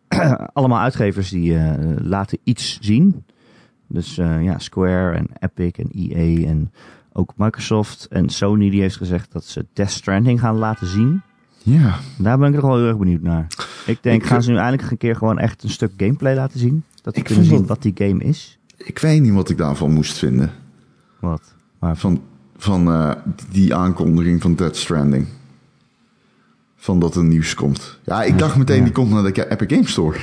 allemaal uitgevers die uh, laten iets zien. Dus uh, ja, Square en Epic en E A en ook Microsoft en Sony die heeft gezegd dat ze Death Stranding gaan laten zien. Ja. Daar ben ik er wel heel erg benieuwd naar. Ik denk, ik, gaan ze nu eindelijk een keer gewoon echt een stuk gameplay laten zien? Dat we kunnen zien dat, wat die game is? Ik weet niet wat ik daarvan moest vinden. Wat? Maar van van uh, die aankondiging van Death Stranding. Van dat er nieuws komt. Ja, ik dacht meteen, ja. die komt naar de Epic Games Store.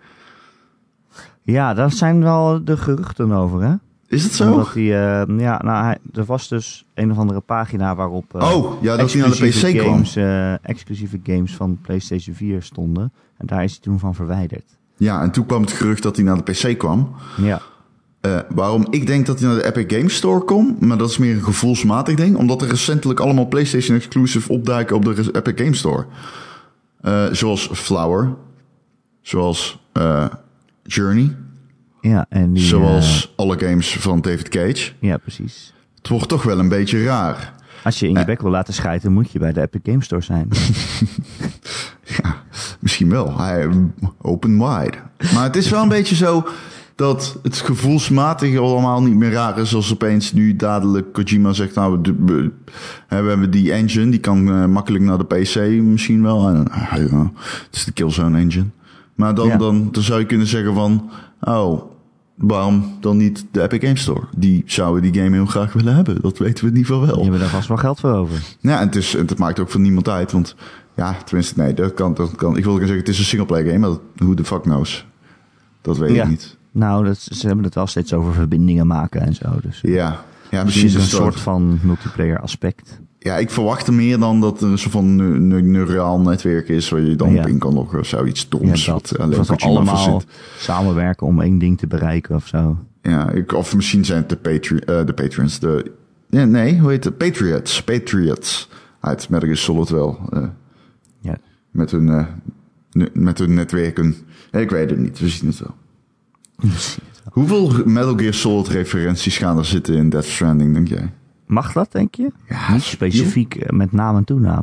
Ja, daar zijn wel de geruchten over, hè? Is het zo? Omdat die, uh, ja, nou, hij, er was dus een of andere pagina waarop uh, oh, ja, dat hij naar de P C games, kwam. Uh, exclusieve games van PlayStation vier stonden. En daar is hij toen van verwijderd. Ja, en toen kwam het gerucht dat hij naar de P C kwam. Ja. Uh, waarom ik denk dat hij naar de Epic Games Store komt, maar dat is meer een gevoelsmatig ding. Omdat er recentelijk allemaal PlayStation exclusive opduiken op de Epic Games Store. Uh, zoals Flower. Zoals uh, Journey. Ja, en die, zoals uh, alle games van David Cage. Ja, precies. Het wordt toch wel een beetje raar. Als je in je uh, bek wil laten schijten, moet je bij de Epic Games Store zijn. Ja, misschien wel. Open wide. Maar het is wel een beetje zo dat het gevoelsmatig allemaal niet meer raar is. Als opeens nu dadelijk Kojima zegt, nou, we, we, we hebben die engine, die kan uh, makkelijk naar de P C misschien wel. Uh, uh, het is de Killzone engine. Maar dan, ja. dan, dan zou je kunnen zeggen van, oh, waarom dan niet de Epic Games Store? Die zouden die game heel graag willen hebben. Dat weten we in ieder geval wel. Die hebben daar vast wel geld voor over. Ja, en het, is, het maakt ook voor niemand uit. Want ja, tenminste, nee, dat kan. Dat kan. Ik wilde zeggen, het is een singleplayer game, maar who the fuck knows? Dat weet ja. ik niet. Nou, dat, ze hebben het wel steeds over verbindingen maken en zo. Dus ja, ja, misschien is het een soort van multiplayer aspect. Ja, ik verwacht er meer dan dat er een soort van ne- neuraal netwerk is waar je dan ja. op in kan loggen of zoiets doms. Ja, dat, wat alleen dat we allemaal samenwerken om één ding te bereiken of zo. Ja, ik, of misschien zijn het de, patri- uh, de patrons, de, ja, nee, hoe heet het? Patriots, Patriots uit Metal Gear Solid wel. Uh, ja. Met hun, uh, ne- met hun netwerken. Ik weet het niet, we zien het wel. Hoeveel Metal Gear Solid referenties gaan er zitten in Death Stranding, denk jij? Mag dat, denk je? Ja, niet specifiek joh. Met naam en toenaam.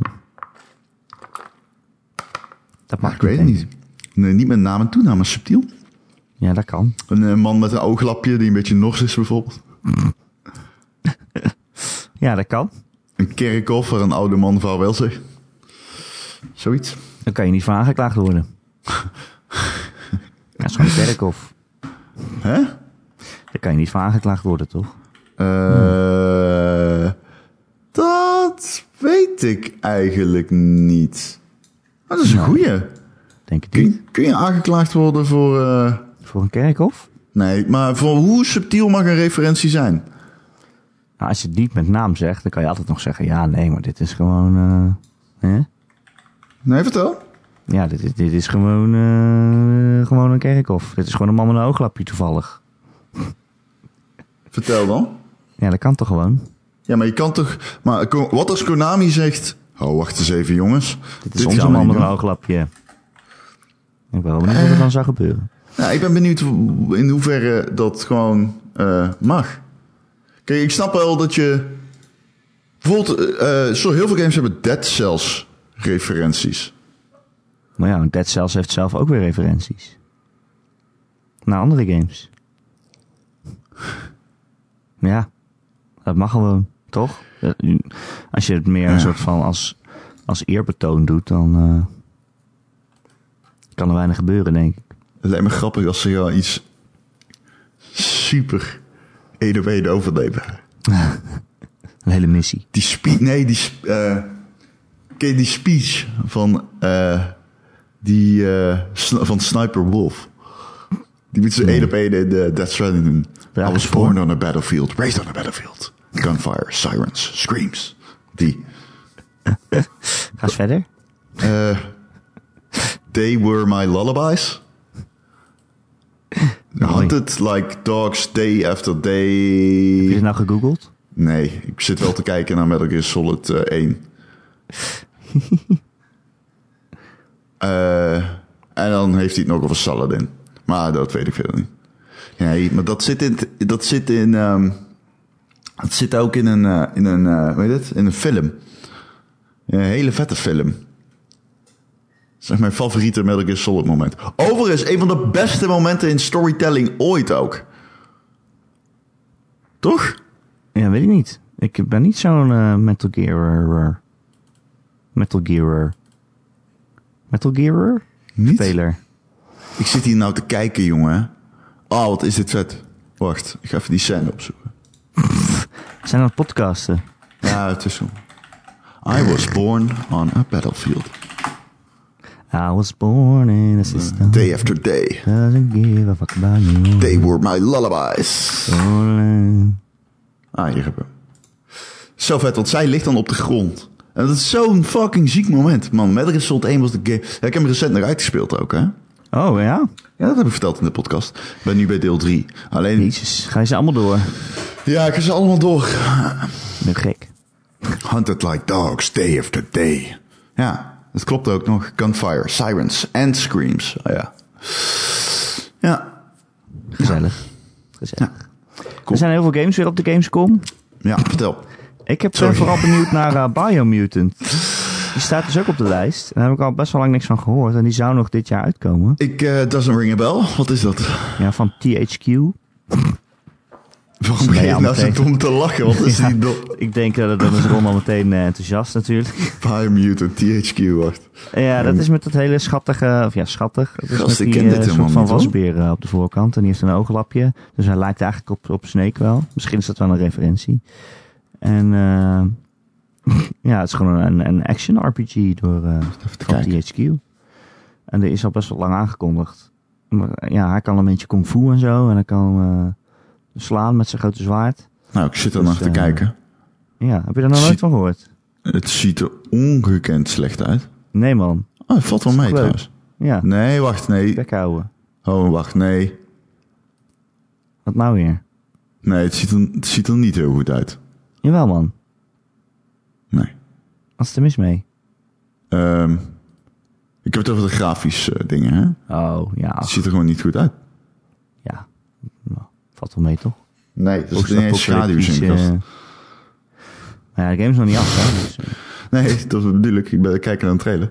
Dat mag ja, ik weet het niet. Nee, niet met naam en toenaam, maar subtiel. Ja, dat kan. Een uh, man met een ooglapje die een beetje nors is bijvoorbeeld. Ja, dat kan. Een kerkhof waar een oude man vaarwel zegt. Zoiets. Dan kan je niet van aangeklaagd worden. Dat is gewoon een kerkhof. Hè? Daar kan je niet van aangeklaagd worden, toch? Uh, hmm. Dat weet ik eigenlijk niet. Maar dat is een nou, goeie. Denk ik kun, niet. Kun je aangeklaagd worden voor... Uh... Voor een kerkhof? Nee, maar voor hoe subtiel mag een referentie zijn? Nou, als je het niet met naam zegt, dan kan je altijd nog zeggen... Ja, nee, maar dit is gewoon... Uh, hè? Nee, vertel. Ja, dit is, dit is gewoon, uh, gewoon een kerkhof. Dit is gewoon een man met een ooglapje toevallig. Vertel dan. Ja, dat kan toch gewoon? Ja, maar je kan toch... Maar wat als Konami zegt... Oh, wacht eens even, jongens. Dit is onze man met een ooglapje. Ik ben wel benieuwd uh, wat er dan zou gebeuren. Nou, ik ben benieuwd in hoeverre dat gewoon uh, mag. Kijk, ik snap wel dat je... Bijvoorbeeld, uh, zo heel veel games hebben Dead Cells referenties. Maar ja, Dead Cells heeft zelf ook weer referenties. Naar andere games. Ja, dat mag gewoon, toch? Als je het meer een ja. soort van als, als eerbetoon doet, dan uh, kan er weinig gebeuren, denk ik. Het lijkt me grappig als ze jou iets super één op één overnemen. Een hele missie. Die speech, nee, die, uh, ken je die speech van, uh, die, uh, van Sniper Wolf? Die moet ze één op één in de Death Stranding doen. I was born on a battlefield, raised on a battlefield. Gunfire, sirens, screams. Die. Ga eens verder. Uh, they were my lullabies. Hunted like dogs day after day. Heb je het nou gegoogeld? Nee, ik zit wel te kijken naar Metal Gear Solid uh, één. uh, en dan heeft hij het nog over Saladin. Maar dat weet ik verder niet. Nee, maar dat zit in... Dat zit in... Um, het zit ook in een... Uh, in een uh, hoe heet het? In een film. Een hele vette film. is mijn favoriete Metal Gear Solid moment. Overigens, een van de beste momenten in storytelling ooit ook. Toch? Ja, weet ik niet. Ik ben niet zo'n uh, Metal Gear... Metal Gear... Metal Gear Niet? speler. Ik zit hier nou te kijken, jongen. Oh, wat is dit vet. Wacht, ik ga even die scène opzoeken. We zijn aan het podcasten. Ja, het is zo. I was born on a battlefield. I was born in a system. Day after day. Doesn't give a fuck about you. They were my lullabies. Ah, hier hebben we. Zo vet, want zij ligt dan op de grond. En dat is zo'n fucking ziek moment. Man, Metal Gear Solid één was de game... Ja, ik heb hem recent nog uitgespeeld ook, hè? Oh, ja? Ja, dat heb ik verteld in de podcast. Ik ben nu bij deel drie. Alleen... Jezus, ga je ze allemaal door? Ja, ik ga ze allemaal door. Ik ben gek. Hunted like dogs, day after day. Ja, het klopt ook nog. Gunfire, sirens and screams. Oh, ja. Ja. Gezellig. Gezellig. Ja. Cool. Er zijn heel veel games weer op de Gamescom. Ja, vertel. Ik heb Sorry. ben vooral benieuwd naar uh, Biomutant. Die staat dus ook op de lijst. Daar heb ik al best wel lang niks van gehoord. En die zou nog dit jaar uitkomen. Ik, uh, doesn't ring a bell. Wat is dat? Ja, van T H Q. Waarom begin je ja, nou zo meteen. dom te lachen? Wat is Ja, die dom? ik denk dat dan is Ron al meteen uh, enthousiast natuurlijk. Biomutant, T H Q, wacht. Ja, dat is met dat hele schattige... Of ja, schattig. Dat is Gast, met ik die ken dit uh, helemaal soort van niet, hoor. wasbeer uh, op de voorkant. En die heeft een ooglapje. Dus hij lijkt eigenlijk op, op Snake wel. Misschien is dat wel een referentie. En uh, ja, het is gewoon een, een action R P G door uh, van kijken. T H Q. En er is al best wel lang aangekondigd. Maar, ja, hij kan een beetje kung fu en zo. En hij kan uh, slaan met zijn grote zwaard. Nou, ik zit er Dus, nog te uh, kijken. Ja, heb je daar nog Zie- nooit van gehoord? Het ziet er ongekend slecht uit. Nee, man. Oh, het valt wel mee Leuk. trouwens. Ja, Nee, wacht, nee. bek houden. Oh, wacht, nee. Wat nou weer? Nee, het ziet er, het ziet er niet heel goed uit. Jawel, man. Nee. Wat is er mis mee? Um, ik heb het over de grafische uh, dingen, hè? Oh, ja. Het ziet er gewoon niet goed uit. Ja, nou, valt wel mee, toch? Nee, er is niet eens schaduws in. Post-apocalyptische, gast. uh, ja, de game is nog niet af, hè. Dus, uh, Nee, dat bedoel ik. Ik ben kijken naar een trailer.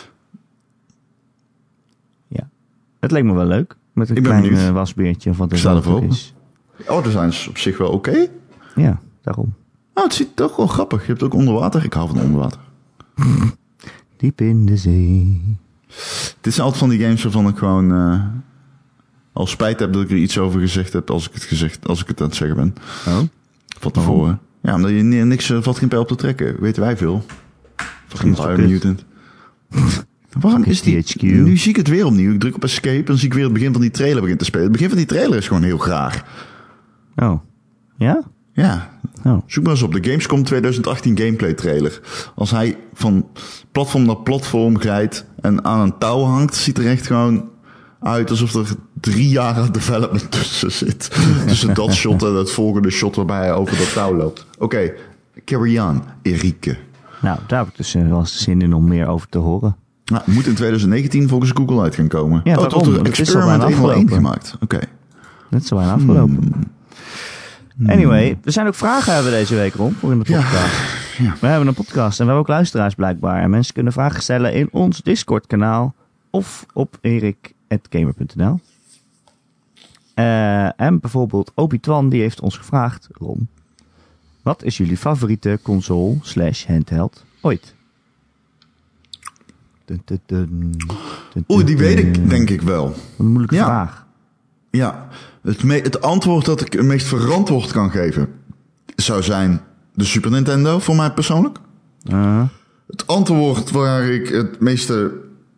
ja. Het leek me wel leuk. Met een Ik ben klein benieuwd. uh, wasbeertje of wat Ik er sta dan ervoor ook open. is. Oh, de zijn is op zich wel oké. Okay. Ja, daarom. Nou, het ziet toch wel grappig. Je hebt ook onderwater. Ik hou van onderwater. Diep in de zee. Dit zijn altijd van die games waarvan ik gewoon uh, al spijt heb dat ik er iets over gezegd heb als ik het, gezegd, als ik het aan het zeggen ben. Oh? Van tevoren. Ja, omdat je ni- niks, er valt geen pijl op te trekken. Weten wij veel. Fucking Fucking Biomutant. Waarom is die... T H Q. Nu zie ik het weer opnieuw. Ik druk op escape, dan zie ik weer het begin van die trailer begint te spelen. Het begin van die trailer is gewoon heel graag. Oh. Ja? Ja. Oh. Zoek maar eens op de Gamescom twintig achttien gameplay trailer. Als hij van platform naar platform glijdt en aan een touw hangt, ziet er echt gewoon uit alsof er drie jaar aan development tussen zit. Tussen dat shot en het volgende shot waarbij hij over dat touw loopt. Oké, okay, carry on, Erike. Nou, daar heb ik dus uh, wel eens zin in om meer over te horen. Nou, moet in twintig negentien volgens Google uit gaan komen. Ja, oh, daarom. tot de Het is al bijna Experiment één afgelopen. gemaakt. Oké. Okay. Dat is al bijna afgelopen. Hmm. Anyway, er zijn ook vragen hebben we deze week rond voor in de podcast. Ja. Ja. We hebben een podcast en we hebben ook luisteraars blijkbaar. En mensen kunnen vragen stellen in ons Discord kanaal of op erik at gamer punt n l. Uh, en bijvoorbeeld Obi-Twan die heeft ons gevraagd, Ron, wat is jullie favoriete console slash handheld ooit? Dun, dun, dun, dun, dun, Oeh, die weet dun. ik denk ik wel. Wat een moeilijke Ja. vraag. Ja, het, me- het antwoord dat ik het meest verantwoord kan geven zou zijn de Super Nintendo, voor mij persoonlijk. Uh, Het antwoord waar ik het meeste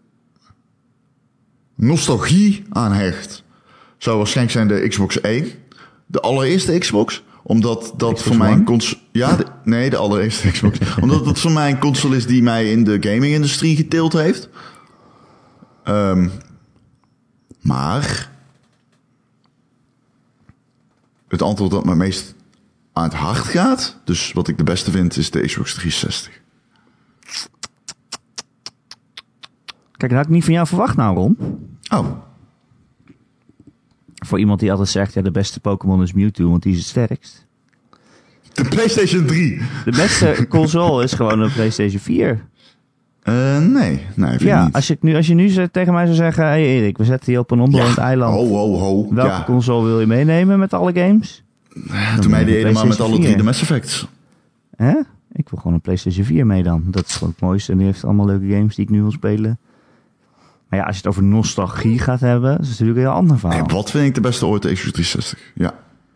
nostalgie aan hecht zou waarschijnlijk zijn de Xbox één. De allereerste Xbox. Omdat dat Xbox voor mij One? een console... Ja, de- nee, de allereerste Xbox. Omdat het voor mij een console is die mij in de gaming-industrie getild heeft. Um, maar... Het antwoord dat me meest aan het hart gaat... Dus wat ik de beste vind, is de Xbox driehonderdzestig. Kijk, dat had ik niet van jou verwacht nou, Ron. Oh, Voor iemand die altijd zegt, ja, de beste Pokémon is Mewtwo, want die is het sterkst. de PlayStation drie. De beste console is gewoon een PlayStation vier. Uh, nee, nee, vind ja, ik niet. Als je, nu, als je nu tegen mij zou zeggen... Hey Erik, we zetten je op een onbewoond ja. eiland. Ho, ho, ho. Welke ja. console wil je meenemen met alle games? Toen mij deed helemaal met alle drie de Mass Effects. Hè? Ik wil gewoon een PlayStation vier mee dan. Dat is gewoon het mooiste. En die heeft allemaal leuke games die ik nu wil spelen. Maar ja, als je het over nostalgie gaat hebben... is het natuurlijk een heel ander verhaal. Nee, wat vind ik de beste ooit? De Xbox driehonderdzestig. Ja.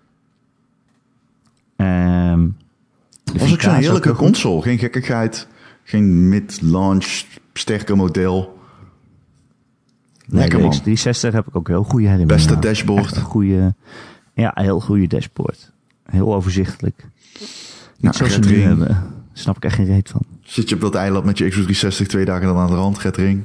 Um, was ook zo'n heerlijke console. Geen gekkigheid. Geen mid-launch sterke model. Nee, Lekker de man. Xbox driehonderdzestig heb ik ook heel goede herinneringen. Beste aan. dashboard. Een goede, ja, een heel goede dashboard. Heel overzichtelijk. Niet Ja, zoals ze nu hebben. Daar snap ik echt geen reet van. Zit je op dat eiland met je Xbox driehonderdzestig twee dagen dan aan de rand, Red Ring?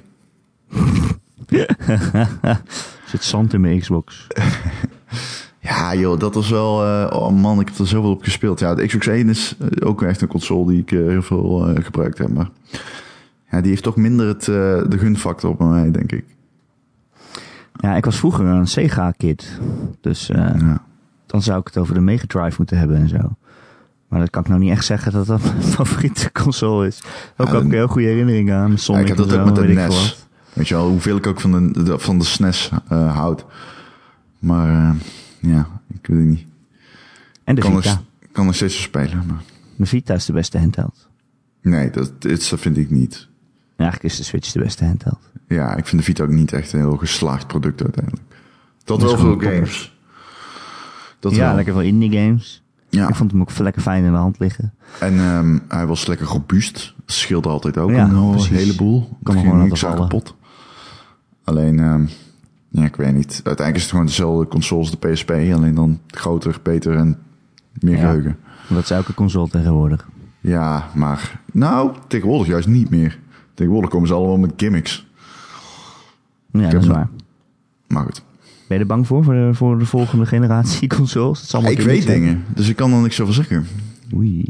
Zit zand in mijn Xbox. Ja joh, dat was wel... Uh, oh man, ik heb er zoveel op gespeeld. Ja, de Xbox één is uh, ook echt een console die ik uh, heel veel uh, gebruikt heb. Maar ja, die heeft toch minder het, uh, de gunfactor bij mij, denk ik. Ja, ik was vroeger een Sega-kid. Dus uh, ja. dan zou ik het over de Mega Drive moeten hebben en zo. Maar dat kan ik nou niet echt zeggen dat dat mijn favoriete console is. Ook ja, heb ik heel goede herinneringen aan. Sonic ja, ik heb dat zo, ook met de weet N E ik S. wat. Weet je wel, hoeveel ik ook van de, de, van de S N E S uh, houd. Maar uh, ja, ik weet het niet. En de kan Vita. Er, kan er steeds wel spelen. Maar... De Vita is de beste handheld. Nee, dat, dat vind ik niet. Ja, eigenlijk is de Switch de beste handheld. Ja, ik vind de Vita ook niet echt een heel geslaagd product uiteindelijk. Dat wel veel games. Dat ja, wel. lekker veel indie games. Ja. Ik vond hem ook lekker fijn in de hand liggen. En um, hij was lekker robuust. Dat scheelde altijd ook ja, een precies. heleboel. Kan ging gewoon niks aan kapot. Alleen, um, ja, ik weet niet. Uiteindelijk is het gewoon dezelfde console als de P S P. Alleen dan groter, beter en meer ja, geheugen. Dat is elke console tegenwoordig. Ja, maar nou, tegenwoordig juist niet meer. Tegenwoordig komen ze allemaal met gimmicks. Ja, dat is waar. Maar goed. Ben je er bang voor, voor de, voor de volgende generatie consoles? Het zal ik weet dingen, hebben. Dus ik kan er niks over zeggen. Oei.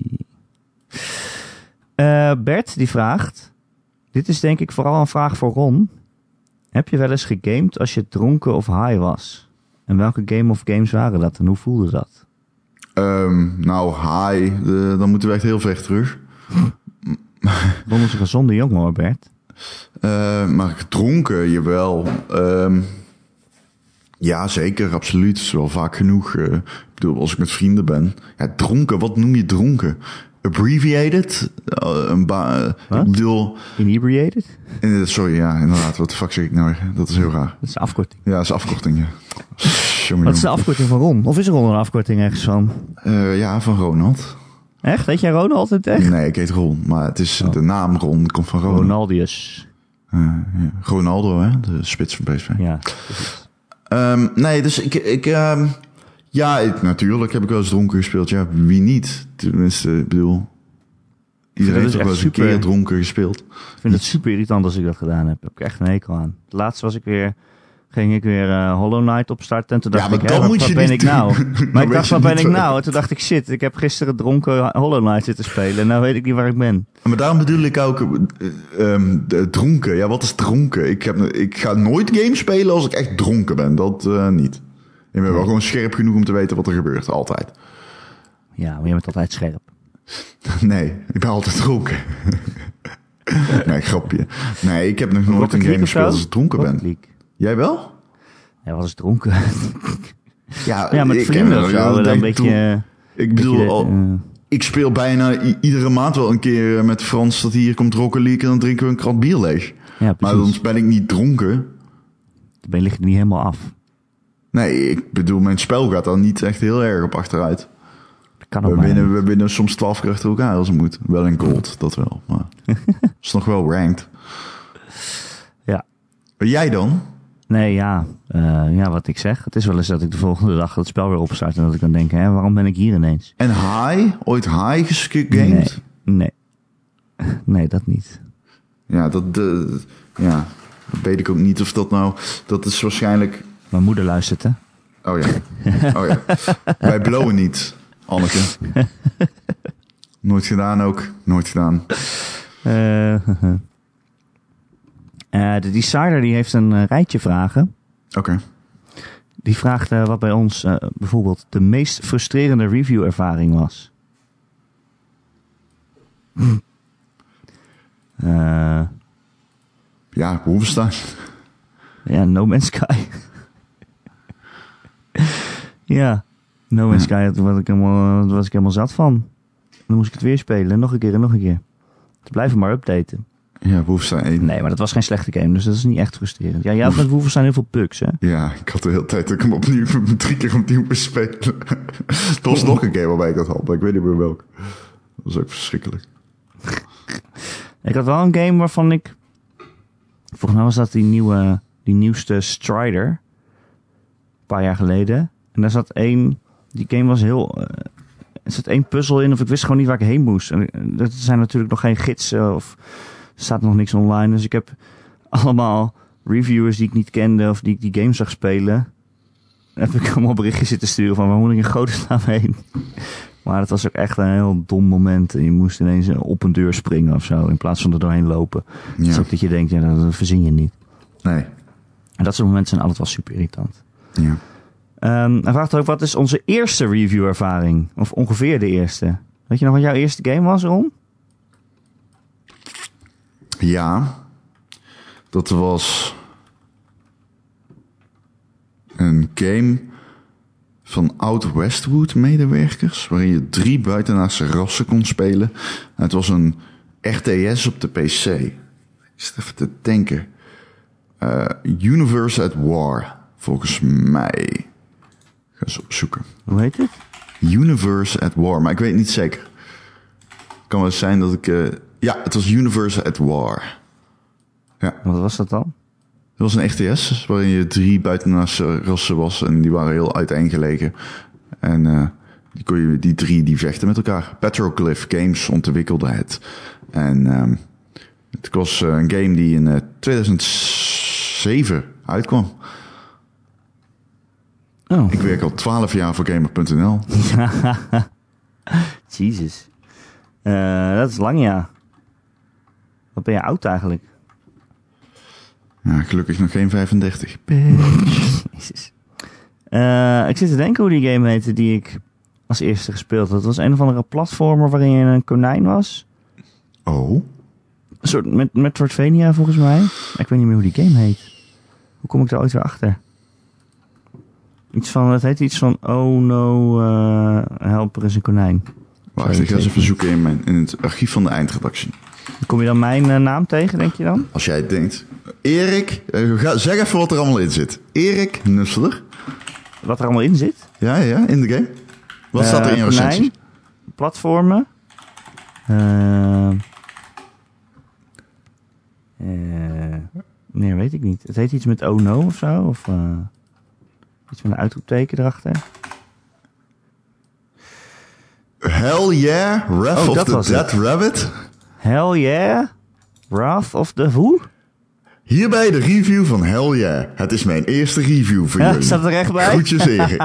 Uh, Bert, die vraagt... Dit is denk ik vooral een vraag voor Ron. Heb je wel eens gegamed als je dronken of high was? En welke game of games waren dat en hoe voelde dat? Um, nou, high, de, dan moeten we echt heel ver terug. Ron is een gezonde jongen hoor, Bert. Uh, maar gedronken, jawel. Um, ja, zeker, absoluut. Het is wel vaak genoeg. Uh, ik bedoel, als ik met vrienden ben. Ja, dronken, wat noem je dronken? Abbreviated? Uh, een ba- uh, ik bedoel... Inebriated? Uh, sorry, ja, inderdaad. Wat de fuck zeg ik nou weer? Dat is heel raar. Dat is een afkorting. Ja, dat is afkorting, ja. Jongen, wat is de afkorting van Ron? Of is er Ron een afkorting ergens van? Uh, ja, van Ronald. Echt? Heet jij Ronald het echt? Nee, ik heet Ron. Maar het is, oh. de naam Ron komt van Ronald. Ronaldius. Uh, ja. Ronaldo, hè? De spits van P S V. Ja, um, nee, dus ik... ik um, ja, ik, natuurlijk heb ik wel eens dronken gespeeld. Ja, wie niet? Tenminste, ik bedoel... Iedereen heeft toch wel eens een keer dronken gespeeld. Ik vind het super irritant als ik dat gedaan heb. Daar heb ik echt een hekel aan. Laatst was ik weer... ging ik weer uh, Hollow Knight opstarten. En toen dacht ja, ik, hè, wat, wat ben ik doen. nou? Maar ik dacht, wat ben ik wel. nou? En toen dacht ik, shit, ik heb gisteren dronken Hollow Knight zitten spelen. En nou weet ik niet waar ik ben. Maar daarom bedoel ik ook uh, um, dronken. Ja, wat is dronken? Ik, heb, ik ga nooit games spelen als ik echt dronken ben. Dat uh, niet. Ik ben wel gewoon scherp genoeg om te weten wat er gebeurt. Altijd. Ja, maar je bent altijd scherp. Nee, ik ben altijd dronken. Nee, grapje. Nee, ik heb nog nooit een game gespeeld als ik dronken ben. League. Jij wel? Ja, was ik dronken. Ja, ja, met vrienden of zo. Dan een beetje... Ik bedoel, beetje, al, uh, ik speel bijna i- iedere maand wel een keer met Frans dat hij hier komt Rocket League en dan drinken we een krat bier leeg. Ja, maar dan ben ik niet dronken. Dan ben je ligt niet helemaal af. Nee, ik bedoel, mijn spel gaat dan niet echt heel erg op achteruit. Kan ook we, winnen, we winnen soms twaalf keer achter elkaar als het moet. Wel in gold, dat wel. Maar het is nog wel ranked. Ja. Ben jij dan? Nee, ja. Uh, ja, wat ik zeg. Het is wel eens dat ik de volgende dag het spel weer opstart. En dat ik dan denk, hè, waarom ben ik hier ineens? En high? Ooit high gegamed? Nee, nee. Nee, dat niet. Ja, dat, uh, ja, dat weet ik ook niet of dat nou... Dat is waarschijnlijk... Mijn moeder luistert, hè? Oh ja. Oh ja. Wij blowen niet, Anneke. Nooit gedaan ook. Nooit gedaan. Uh, uh, de Decider die heeft een uh, rijtje vragen. Oké. Okay. Die vraagt uh, wat bij ons uh, bijvoorbeeld de meest frustrerende review-ervaring was. Uh, Ja, Wolfenstein. Ja, No Man's Sky. ja, No Man's Sky, daar was ik helemaal, daar was ik helemaal zat van. Dan moest ik het weer spelen, nog een keer en nog een keer. Ze blijven maar updaten. Ja, Wolfenstein één. Nee, maar dat was geen slechte game, dus dat is niet echt frustrerend. Ja, je had met Wolfenstein heel veel bugs, hè? Ja, ik had de hele tijd dat ik hem opnieuw, drie keer opnieuw moest spelen. Er was nog een game waarbij ik dat had, maar ik weet niet meer welke. Dat was ook verschrikkelijk. Ik had wel een game waarvan ik... Volgens mij was dat die nieuwe, die nieuwste Strider. Een paar jaar geleden. En daar zat één... Die game was heel... Uh, er zat één puzzel in of ik wist gewoon niet waar ik heen moest. En er zijn natuurlijk nog geen gidsen of... Er staat nog niks online. Dus ik heb allemaal reviewers die ik niet kende of die ik die game zag spelen. Heb ik allemaal berichtjes zitten sturen van waar moet ik in godesnaam heen. Maar het was ook echt een heel dom moment. En je moest ineens op een deur springen of zo in plaats van er doorheen lopen. Ja. Het is ook dat je denkt, ja, dat verzin je niet. Nee. En dat soort momenten zijn altijd wel super irritant. Ja. Um, hij vraagt ook, wat is onze eerste review-ervaring? Of ongeveer de eerste. Weet je nog wat jouw eerste game was, Ron? Ja, dat was een game van oud-Westwood-medewerkers, waarin je drie buitenaardse rassen kon spelen. En het was een R T S op de P C. Ik zit even te denken. Uh, Universe at War, volgens mij. Ik ga eens opzoeken. Hoe heet het? Universe at War, maar ik weet niet zeker. Het kan wel zijn dat ik... Uh, ja, het was Universe at War. Ja. Wat was dat dan? Het was een R T S, waarin je drie buitenaardse rassen was. En die waren heel uiteengelegen. En uh, die, kon je, die drie die vechten met elkaar. Petroglyph Games ontwikkelde het. En um, het was uh, een game die in uh, tweeduizend zeven uitkwam. Oh. Ik werk al twaalf jaar voor Gamer punt n l. Jezus. Uh, dat is lang, ja. Wat ben je oud eigenlijk? Ja, gelukkig nog geen vijfendertig. Jezus. Uh, ik zit te denken hoe die game heette die ik als eerste gespeeld had. Het was een of andere platformer waarin je een konijn was. Oh? Een soort met Metroidvania volgens mij. Ik weet niet meer hoe die game heet. Hoe kom ik daar ooit weer achter? Iets van, het heet iets van, oh no, uh, helper is een konijn. Wacht, ik ga eens even zoeken in, mijn, in het archief van de eindredactie. Kom je dan mijn uh, naam tegen, denk je dan? Als jij het denkt. Erik, uh, ga, zeg even wat er allemaal in zit. Erik Nusseler. Wat er allemaal in zit? Ja, ja, in de game. Wat uh, staat er in je recensie? Platformen. Uh, uh, nee, weet ik niet. Het heet iets met oh no of zo. Of uh, iets met een uitroepteken erachter. Hell yeah, Wrath oh, of the Dead het. Rabbit. Hell yeah, Wrath of the who? Hierbij de review van Hell yeah. Het is mijn eerste review voor ja, jullie. Staat er echt bij? Groetjes Erik.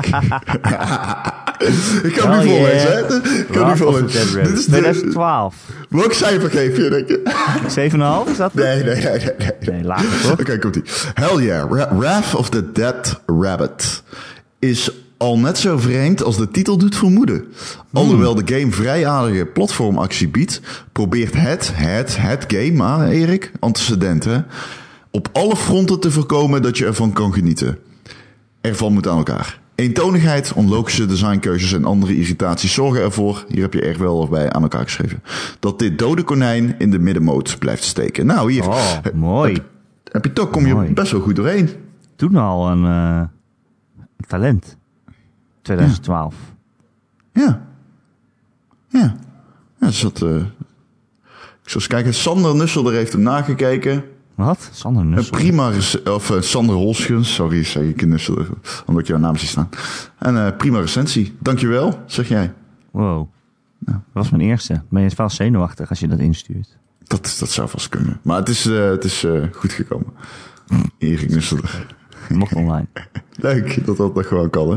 Ik kan Hell nu voorlezen, yeah. hè? Ik kan nu voorlezen. Dit is twintig twaalf. Welk cijfer geef je, denk je? zeven komma vijf is dat? Nee, nee, nee. Nee, nee. nee lager toch? Oké, okay, komt-ie. Hell yeah, Ra- Wrath of the Dead Rabbit is al net zo vreemd als de titel doet vermoeden. Alhoewel de game vrij aardige platformactie biedt, probeert het, het, het game, ah, Erik, antecedenten, op alle fronten te voorkomen dat je ervan kan genieten. Ervan moet aan elkaar. Eentonigheid, onlogische designkeuzes en andere irritaties zorgen ervoor, hier heb je er wel of bij aan elkaar geschreven, dat dit dode konijn in de middenmoot blijft steken. Nou, hier. Oh, mooi. Heb, heb je toch, kom je mooi. Best wel goed doorheen. Toen al een uh, talent. twintig twaalf. Ja. Ja. Ja, dus dat, uh, ik zal eens kijken. Sander Nusselder heeft hem nagekeken. Wat? Sander Nusselder? Een prima, of uh, Sander Holschens. Sorry, zeg ik in Nusselder. Omdat ik jouw naam zie staan. En uh, prima recensie. Dankjewel, zeg jij. Wow. Ja. Dat was mijn eerste. Ben je wel zenuwachtig als je dat instuurt? Dat, dat zou vast kunnen. Maar het is, uh, het is uh, goed gekomen. Erik Nusselder. Nog online. Leuk dat dat nog gewoon kan, hè?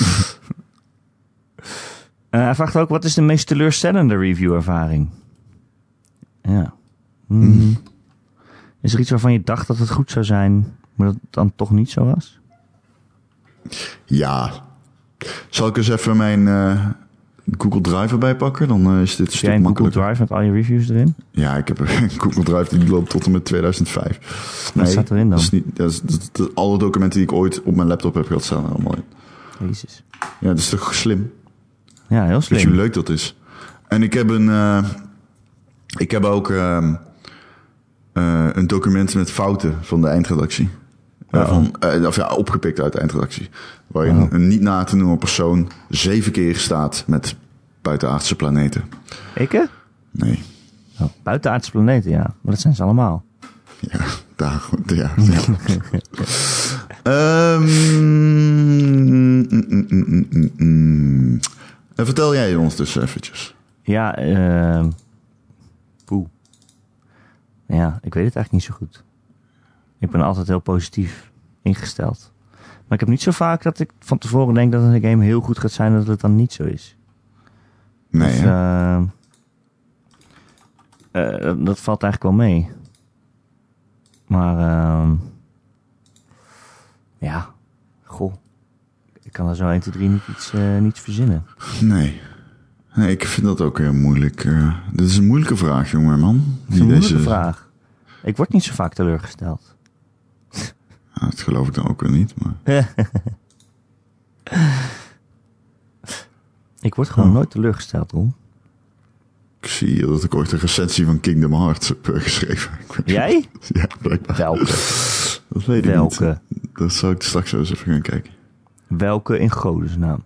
Uh, hij vraagt ook, wat is de meest teleurstellende review-ervaring? Ja. Hmm. Mm. Is er iets waarvan je dacht dat het goed zou zijn, maar dat het dan toch niet zo was? Ja. Zal ik eens even mijn uh, Google Drive erbij pakken, dan uh, is dit een Heb stuk jij een Google makkelijker. Drive met al je reviews erin? Ja, ik heb een Google Drive die loopt tot en met tweeduizend vijf. Wat Nee, staat erin dan? Dat is niet, dat is, dat, dat- alle documenten die ik ooit op mijn laptop heb gehad, staan er allemaal in. Jezus. Ja, dat is toch slim? Ja, heel Weet je slim. hoe leuk dat is? En ik heb een... Uh, ik heb ook uh, uh, een document met fouten van de eindredactie. Uh, Oh. van, uh, of ja, opgepikt uit de eindredactie. Waarin Oh. een niet na te noemen persoon zeven keer staat met buitenaardse planeten. Ik? Nee. Oh, buitenaardse planeten, ja. Maar dat zijn ze allemaal. Ja, daar... Ja, ja. um, mm, mm, mm, mm, mm. En vertel jij ons dus eventjes. Ja, eh... poeh. Ja, ik weet het eigenlijk niet zo goed. Ik ben altijd heel positief ingesteld. Maar ik heb niet zo vaak dat ik van tevoren denk dat een game heel goed gaat zijn, dat het dan niet zo is. Nee, Dus, hè? eh, eh, dat valt eigenlijk wel mee. Maar, uh, ja, goh. Ik kan er zo één, twee, drie niet iets, uh, niets verzinnen. Nee. Nee, ik vind dat ook heel moeilijk. Uh, dit is een moeilijke vraag, jongen, man. Dat is een moeilijke vraag. Ik word niet zo vaak teleurgesteld. Ja, dat geloof ik dan ook weer niet, maar... Ik word gewoon Oh. nooit teleurgesteld, Ron. Ik zie hier dat ik ooit een recensie van Kingdom Hearts heb uh, geschreven. Ik weet Jij? niet. Ja, blijkbaar. Welke? Dat weet ik Welke? niet. Dat zou ik straks zo eens even gaan kijken. Welke in godesnaam?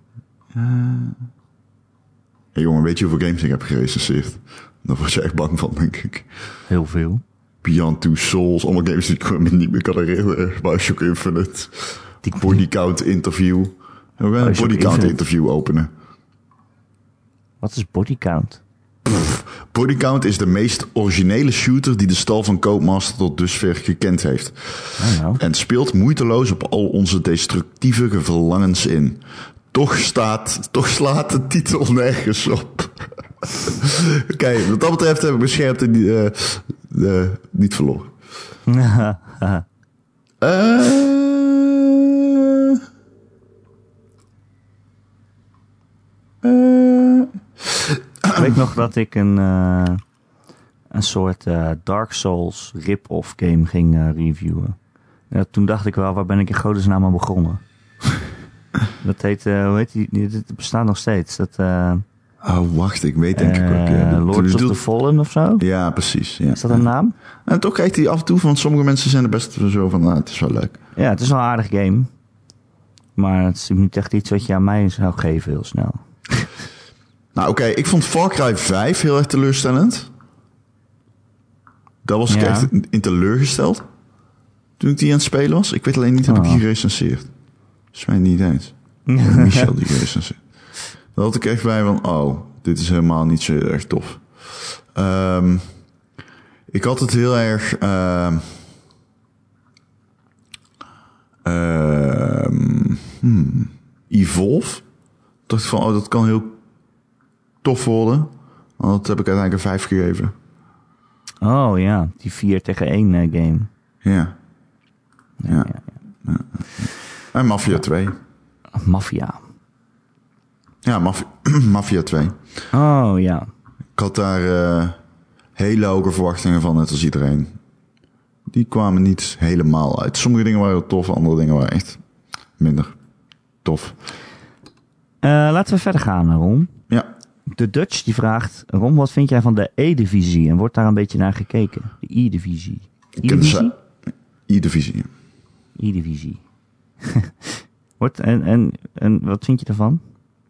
Hey, jongen, weet je hoeveel games ik heb gerecenseerd? Daar word je echt bang van, denk ik. Heel veel. Beyond Two Souls, allemaal games die ik gewoon niet meer kan herinneren. Bioshock Infinite, Die- Body Count Interview. En we gaan een Bioshock Body Count Infinite. Interview openen. Wat is body count? Body Count is de meest originele shooter die de stal van Codemaster tot dusver gekend heeft. Nou, nou. En speelt moeiteloos op al onze destructieve verlangens in. Toch staat, toch slaat de titel nergens op. Kijk, wat dat betreft heb ik mijn scherpte uh, uh, niet verloren. Uh, uh, Ik weet nog dat ik een, uh, een soort uh, Dark Souls rip-off game ging uh, reviewen. Ja, toen dacht ik wel, waar ben ik in godesnaam aan begonnen? Dat heet, uh, hoe heet die? Het bestaat nog steeds. Dat, uh, oh, wacht, ik weet denk ik ook. Ja. uh, Dat- Lords dat- of the Fallen of zo? Ja, precies. Ja. Is dat een naam? En toch krijgt hij af en toe van sommige mensen zijn er best zo van, nou, het is wel leuk. Ja, het is wel een aardig game. Maar het is niet echt iets wat je aan mij zou geven heel snel. Nou, oké, okay, ik vond Far Cry vijf heel erg teleurstellend. Daar was ik Ja. echt in, in teleurgesteld. Toen ik die aan het spelen was. Ik weet alleen niet, heb Oh. ik die gerecenseerd? Volgens mij niet eens. Michel die gerecenseerd. Daar had ik echt bij van, oh, dit is helemaal niet zo erg tof. Um, ik had het heel erg... Uh, uh, hmm, Evolve. Ik dacht van, oh, dat kan heel tof worden. Dat heb ik uiteindelijk een vijf gegeven. Oh ja, die vier tegen één uh, game. Ja. Ja. ja. ja. En Mafia ja. twee. Mafia. Ja, Mafia, Mafia twee. Oh ja. Ik had daar uh, hele hoge verwachtingen van, net als iedereen. Die kwamen niet helemaal uit. Sommige dingen waren tof, andere dingen waren echt minder tof. Uh, laten we verder gaan, Ron. Ja. De Dutch die vraagt, Ron, wat vind jij van de E-divisie? En wordt daar een beetje naar gekeken? De E-divisie. E-divisie? E-divisie. E-divisie. Wordt, en, en, en wat vind je ervan?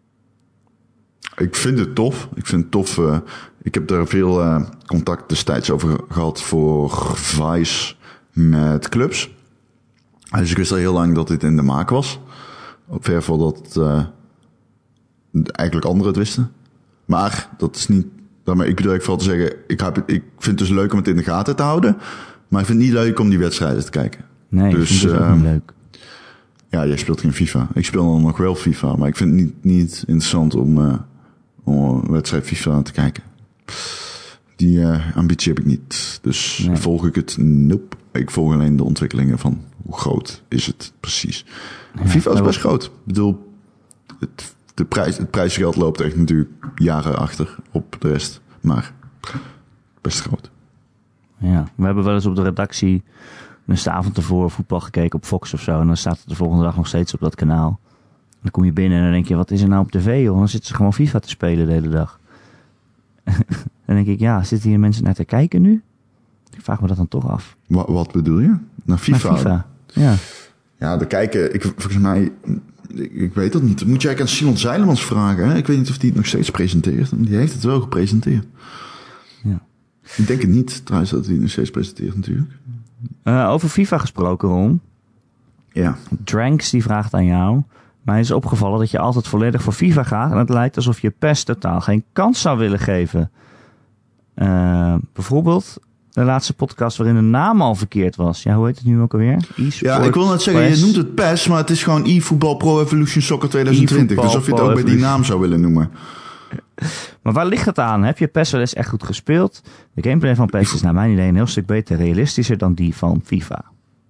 Ik vind het tof. Ik vind het tof. Uh, ik heb daar veel uh, contact destijds over gehad voor Vice met clubs. Dus ik wist al heel lang dat dit in de maak was. Ver voordat uh, eigenlijk anderen het wisten. Maar dat is niet... Daarmee, ik bedoel ik vooral te zeggen... Ik, heb, ik vind het dus leuk om het in de gaten te houden. Maar ik vind het niet leuk om die wedstrijden te kijken. Nee, dus, ik vind het uh, ook niet leuk. Ja, jij speelt geen FIFA. Ik speel dan nog wel FIFA. Maar ik vind het niet, niet interessant om, uh, om een wedstrijd FIFA te kijken. Die uh, ambitie heb ik niet. Dus nee. Volg ik het? Nope. Ik volg alleen de ontwikkelingen van hoe groot is het precies. Ja, FIFA is best groot. Ik bedoel, het, de prijs, het prijsgeld loopt echt natuurlijk jaren achter op de rest. Maar best groot. Ja, we hebben wel eens op de redactie een avond ervoor voetbal gekeken op Fox of zo. En dan staat het de volgende dag nog steeds op dat kanaal. Dan kom je binnen en dan denk je, wat is er nou op tv, joh? Dan zitten ze gewoon FIFA te spelen de hele dag. Dan denk ik, ja, zitten hier mensen naar te kijken nu? Ik vraag me dat dan toch af. Wat, wat bedoel je? Naar FIFA? Naar FIFA, ja. Ja, de kijken, ik, volgens mij, ik, ik weet dat niet. Dat moet je eigenlijk aan Simon Zeilemans vragen. Hè? Ik weet niet of die het nog steeds presenteert. Die heeft het wel gepresenteerd. Ja. Ik denk het niet, trouwens, dat hij het nog steeds presenteert natuurlijk. Uh, over FIFA gesproken, Ron. Ja. Dranks die vraagt aan jou. Mij is opgevallen dat je altijd volledig voor FIFA gaat. En het lijkt alsof je P E S totaal geen kans zou willen geven. Uh, bijvoorbeeld de laatste podcast waarin de naam al verkeerd was. Ja, hoe heet het nu ook alweer? Ja, ik wil net zeggen, je noemt het P E S, maar het is gewoon eFootball Pro Evolution Soccer twintig twintig. Dus of je het ook bij die naam zou willen noemen. Maar waar ligt het aan? Heb je P E S wel eens echt goed gespeeld? De gameplay van P E S is naar mijn idee een heel stuk beter realistischer dan die van FIFA.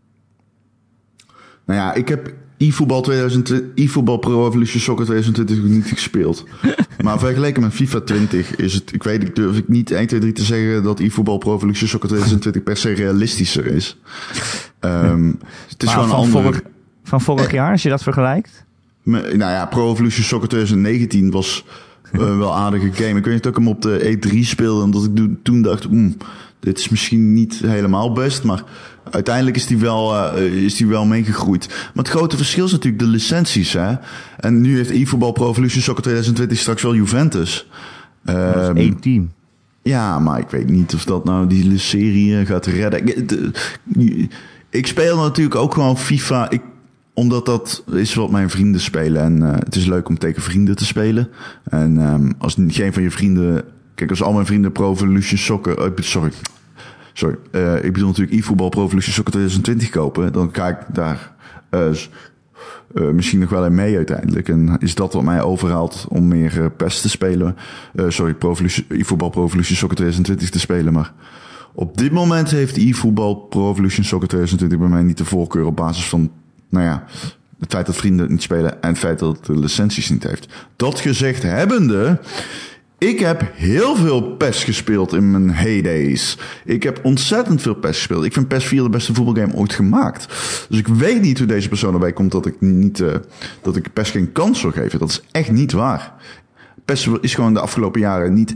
Nou ja, ik heb eFootball twintig twintig, eFootball Pro Evolution Soccer twintig twintig niet gespeeld. Maar vergeleken met FIFA twintig is het, ik weet, ik durf ik niet één, twee, drie te zeggen dat eFootball Pro Evolution Soccer twintig twintig per se realistischer is. Um, het is maar gewoon van een andere... Vorig, van vorig jaar, als je dat vergelijkt? Nou ja, Pro Evolution Soccer twintig negentien was uh, wel een aardige game. Ik weet niet dat ik hem op de E drie speelde en dat ik toen dacht, mm, dit is misschien niet helemaal best, maar uiteindelijk is die wel, uh, is die wel meegegroeid. Maar het grote verschil is natuurlijk de licenties, hè. En nu heeft eFootball Pro Evolution Soccer twintig twintig straks wel Juventus. Um, dat is één team. Ja, maar ik weet niet of dat nou die serie gaat redden. Ik, ik speel natuurlijk ook gewoon FIFA, ik, omdat dat is wat mijn vrienden spelen. En uh, het is leuk om tegen vrienden te spelen. En um, als geen van je vrienden... Kijk, als al mijn vrienden Pro Evolution Soccer... Uh, sorry. Sorry. Uh, ik bedoel natuurlijk eFootball Pro Evolution Soccer twintig twintig kopen. Dan ga ik daar uh, uh, misschien nog wel in mee uiteindelijk. En is dat wat mij overhaalt om meer uh, P E S te spelen. Uh, sorry, Pro Evolution, eFootball Pro Evolution Soccer twintig twintig te spelen. Maar op dit moment heeft eFootball Pro Evolution Soccer twintig twintig bij mij niet de voorkeur op basis van... Nou ja, het feit dat vrienden het niet spelen en het feit dat het de licenties niet heeft. Dat gezegd hebbende, ik heb heel veel P E S gespeeld in mijn heydays. Ik heb ontzettend veel P E S gespeeld. Ik vind P E S vier de beste voetbalgame ooit gemaakt. Dus ik weet niet hoe deze persoon erbij komt dat ik niet, uh, dat ik P E S geen kans zou geven. Dat is echt niet waar. P E S is gewoon de afgelopen jaren niet,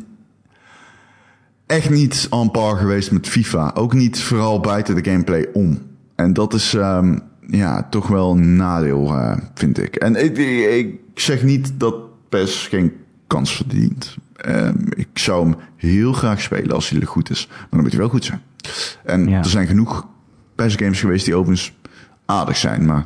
echt niet on par geweest met FIFA. Ook niet vooral buiten de gameplay om. En dat is... Um, Ja, toch wel een nadeel, uh, vind ik. En ik, ik zeg niet dat P E S geen kans verdient. Um, ik zou hem heel graag spelen als hij er goed is. Maar dan moet hij wel goed zijn. En ja. Er zijn genoeg P E S-games geweest die overigens aardig zijn. Maar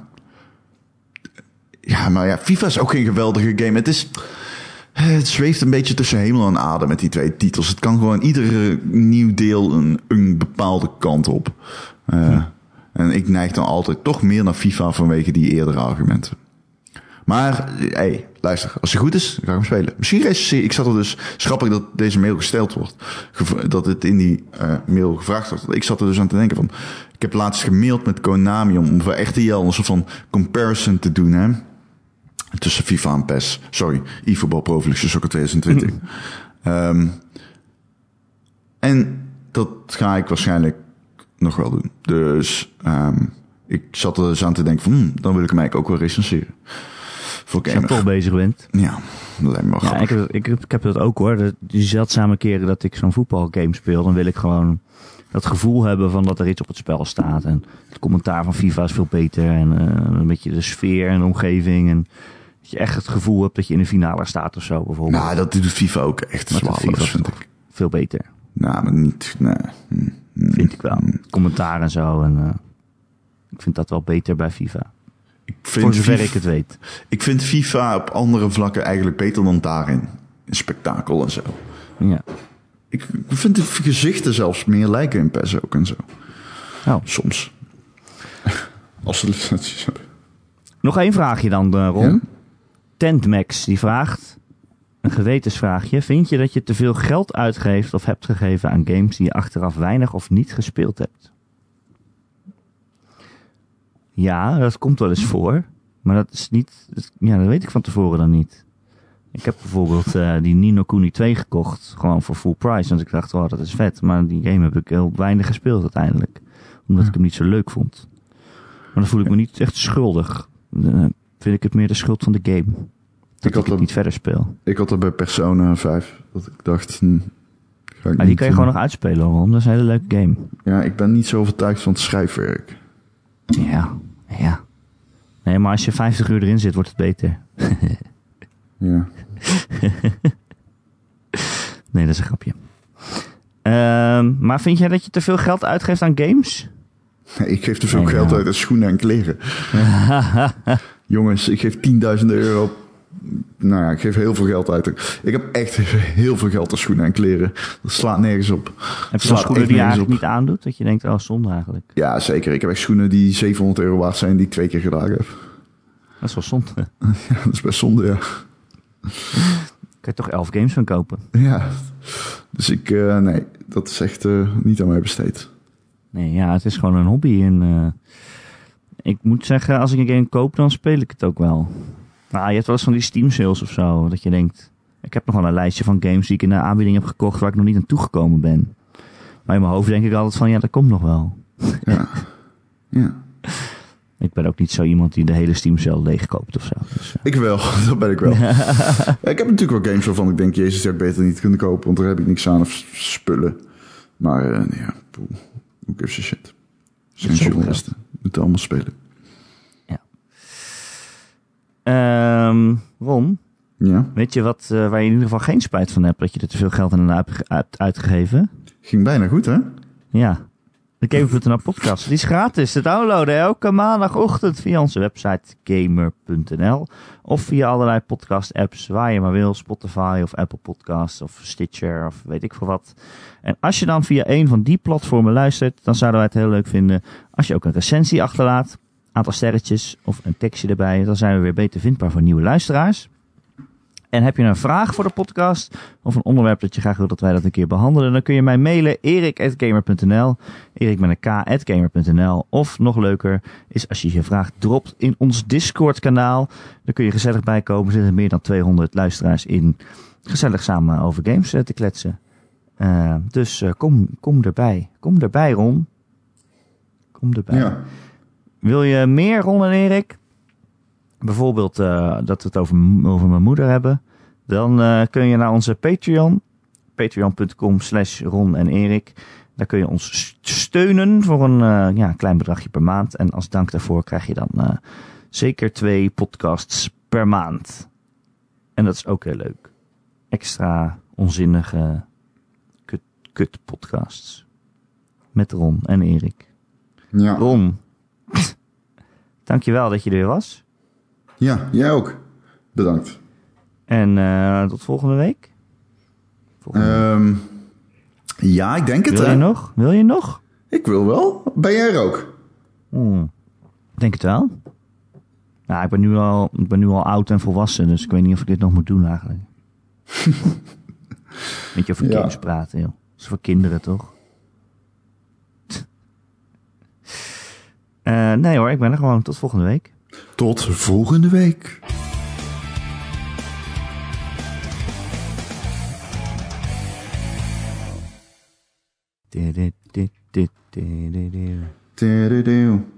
ja, maar ja, FIFA is ook geen geweldige game. Het is... Het zweeft een beetje tussen hemel en aarde met die twee titels. Het kan gewoon ieder nieuw deel een, een bepaalde kant op. Uh, hm. En ik neig dan altijd toch meer naar FIFA vanwege die eerdere argumenten. Maar, hey, luister, als het goed is, dan ga ik hem spelen. Misschien recenseer ik, zat er dus, schrappig dat deze mail gesteld wordt. Dat het in die uh, mail gevraagd wordt. Ik zat er dus aan te denken van, ik heb laatst gemaild met Konami om voor R T L een soort van comparison te doen, hè. Tussen FIFA en P E S. Sorry, eFootball Pro Evolution Soccer twintig twintig. um, en dat ga ik waarschijnlijk nog wel doen. Dus um, ik zat er dus aan te denken van, hmm, dan wil ik hem eigenlijk ook wel recenseren. Voor Als je toch bezig bent. Ja, dat lijkt me wel ja, ik, heb, ik, heb, ik heb dat ook hoor. De, die zeldzame keren dat ik zo'n voetbalgame speel, dan wil ik gewoon dat gevoel hebben van dat er iets op het spel staat. En het commentaar van FIFA is veel beter. En uh, een beetje de sfeer en de omgeving. En dat je echt het gevoel hebt dat je in de finale staat of zo bijvoorbeeld. Nou, dat doet FIFA ook echt zwaar, vind ik. Veel beter. Nou, maar niet... Nee. Hm. Vind ik wel. Commentaar en zo. En, uh, ik vind dat wel beter bij FIFA. Ik vind Voor zover FIFA, ik het weet. Ik vind FIFA op andere vlakken eigenlijk beter dan daarin. In spektakel en zo. Ja. Ik, ik vind de gezichten zelfs meer lijken in P E S ook en zo. Oh. Soms. Als ze licenties hebben. Nog één vraagje dan, uh, Ron. Ja? Tentmax, die vraagt... Een gewetensvraagje. Vind je dat je te veel geld uitgeeft of hebt gegeven aan games die je achteraf weinig of niet gespeeld hebt? Ja, dat komt wel eens voor. Maar dat is niet... Dat, ja, dat weet ik van tevoren dan niet. Ik heb bijvoorbeeld uh, die Ni no Kuni twee gekocht. Gewoon voor full price. Want ik dacht, oh, dat is vet. Maar die game heb ik heel weinig gespeeld uiteindelijk. Omdat ja. ik hem niet zo leuk vond. Maar dan voel ik me niet echt schuldig. Dan vind ik het meer de schuld van de game. Dat ik, ik het dat, niet verder speel. Ik had dat bij Persona vijf. Dat ik dacht... Hm, ga ik maar die kan je gewoon nog uitspelen, Ron. Dat is een hele leuke game. Ja, ik ben niet zo overtuigd van het schrijfwerk. Ja, ja. Nee, maar als je vijftig uur erin zit, wordt het beter. Ja. Nee, dat is een grapje. Uh, maar vind jij dat je te veel geld uitgeeft aan games? Nee, ik geef te veel nee, geld nou. uit aan schoenen en kleren. Jongens, ik geef tienduizenden euro. Nou ja, ik geef heel veel geld uit. Ik heb echt heel veel geld aan schoenen en kleren. Dat slaat nergens op. Heb je dan schoenen die je eigenlijk op. niet aandoet? Dat je denkt, oh, zonde eigenlijk. Ja, zeker. Ik heb echt schoenen die zevenhonderd euro waard zijn, die ik twee keer gedragen heb. Dat is wel zonde. Ja, dat is best zonde, ja. Kan je toch elf games van kopen? Ja, dus ik, uh, nee, dat is echt uh, niet aan mij besteed. Nee, ja, het is gewoon een hobby. En uh, ik moet zeggen, als ik een game koop, dan speel ik het ook wel. Nou, je hebt wel eens van die Steam sales of zo, dat je denkt... Ik heb nog wel een lijstje van games die ik in de aanbieding heb gekocht waar ik nog niet aan toegekomen ben. Maar in mijn hoofd denk ik altijd van, ja, dat komt nog wel. Ja, ja. Ik ben ook niet zo iemand die de hele Steam sale leegkoopt of zo. Dus, uh. Ik wel, dat ben ik wel. Ja, ik heb natuurlijk wel games waarvan ik denk, jezus, die had ik beter niet kunnen kopen, want daar heb ik niks aan of spullen. Maar uh, nee, ja, poeh, who gives a shit. Zijn journalisten, moeten allemaal spelen. Ja. Um, Ron, ja? Weet je wat, uh, waar je in ieder geval geen spijt van hebt, dat je er te veel geld aan hebt uitgegeven? Ging bijna goed, hè? Ja. De Gamer punt n l podcast. Die is gratis te downloaden elke maandagochtend via onze website gamer punt n l of via allerlei podcast apps waar je maar wil. Spotify of Apple Podcasts of Stitcher of weet ik veel wat. En als je dan via een van die platformen luistert, dan zouden wij het heel leuk vinden als je ook een recensie achterlaat, aantal sterretjes of een tekstje erbij. Dan zijn we weer beter vindbaar voor nieuwe luisteraars. En heb je een vraag voor de podcast of een onderwerp dat je graag wilt dat wij dat een keer behandelen, dan kun je mij mailen erik at gamer punt n l, erik met een k at gamer punt n l. Of nog leuker is als je je vraag dropt in ons Discord kanaal. Dan kun je gezellig bijkomen. Er zitten meer dan tweehonderd luisteraars in. Gezellig samen over games te kletsen. Uh, dus uh, kom, kom erbij. Kom erbij, Ron. Kom erbij. Ja. Wil je meer, Ron en Erik? Bijvoorbeeld uh, dat we het over, over mijn moeder hebben. Dan uh, kun je naar onze Patreon. patreon punt com slash Ron en Erik. Daar kun je ons steunen voor een uh, ja, klein bedragje per maand. En als dank daarvoor krijg je dan uh, zeker twee podcasts per maand. En dat is ook heel leuk. Extra onzinnige kut, kut podcasts. Met Ron en Erik. Ja. Ron, dankjewel dat je er weer was. Ja, jij ook. Bedankt. En uh, tot volgende week. Volgende um, week. Ja, ik denk het. Wil hè? je nog? Wil je nog? Ik wil wel. Ben jij er ook? Hmm. Denk het wel. Nou, ik ben, nu al, ik ben nu al oud en volwassen, dus ik weet niet of ik dit nog moet doen eigenlijk. Weet je, over Ja. games praten, joh. Dat is voor kinderen, toch? uh, nee hoor, ik ben er gewoon. Tot volgende week. Tot volgende week. Dit, dit, dit, dit, dit, dit, dit. Tududu.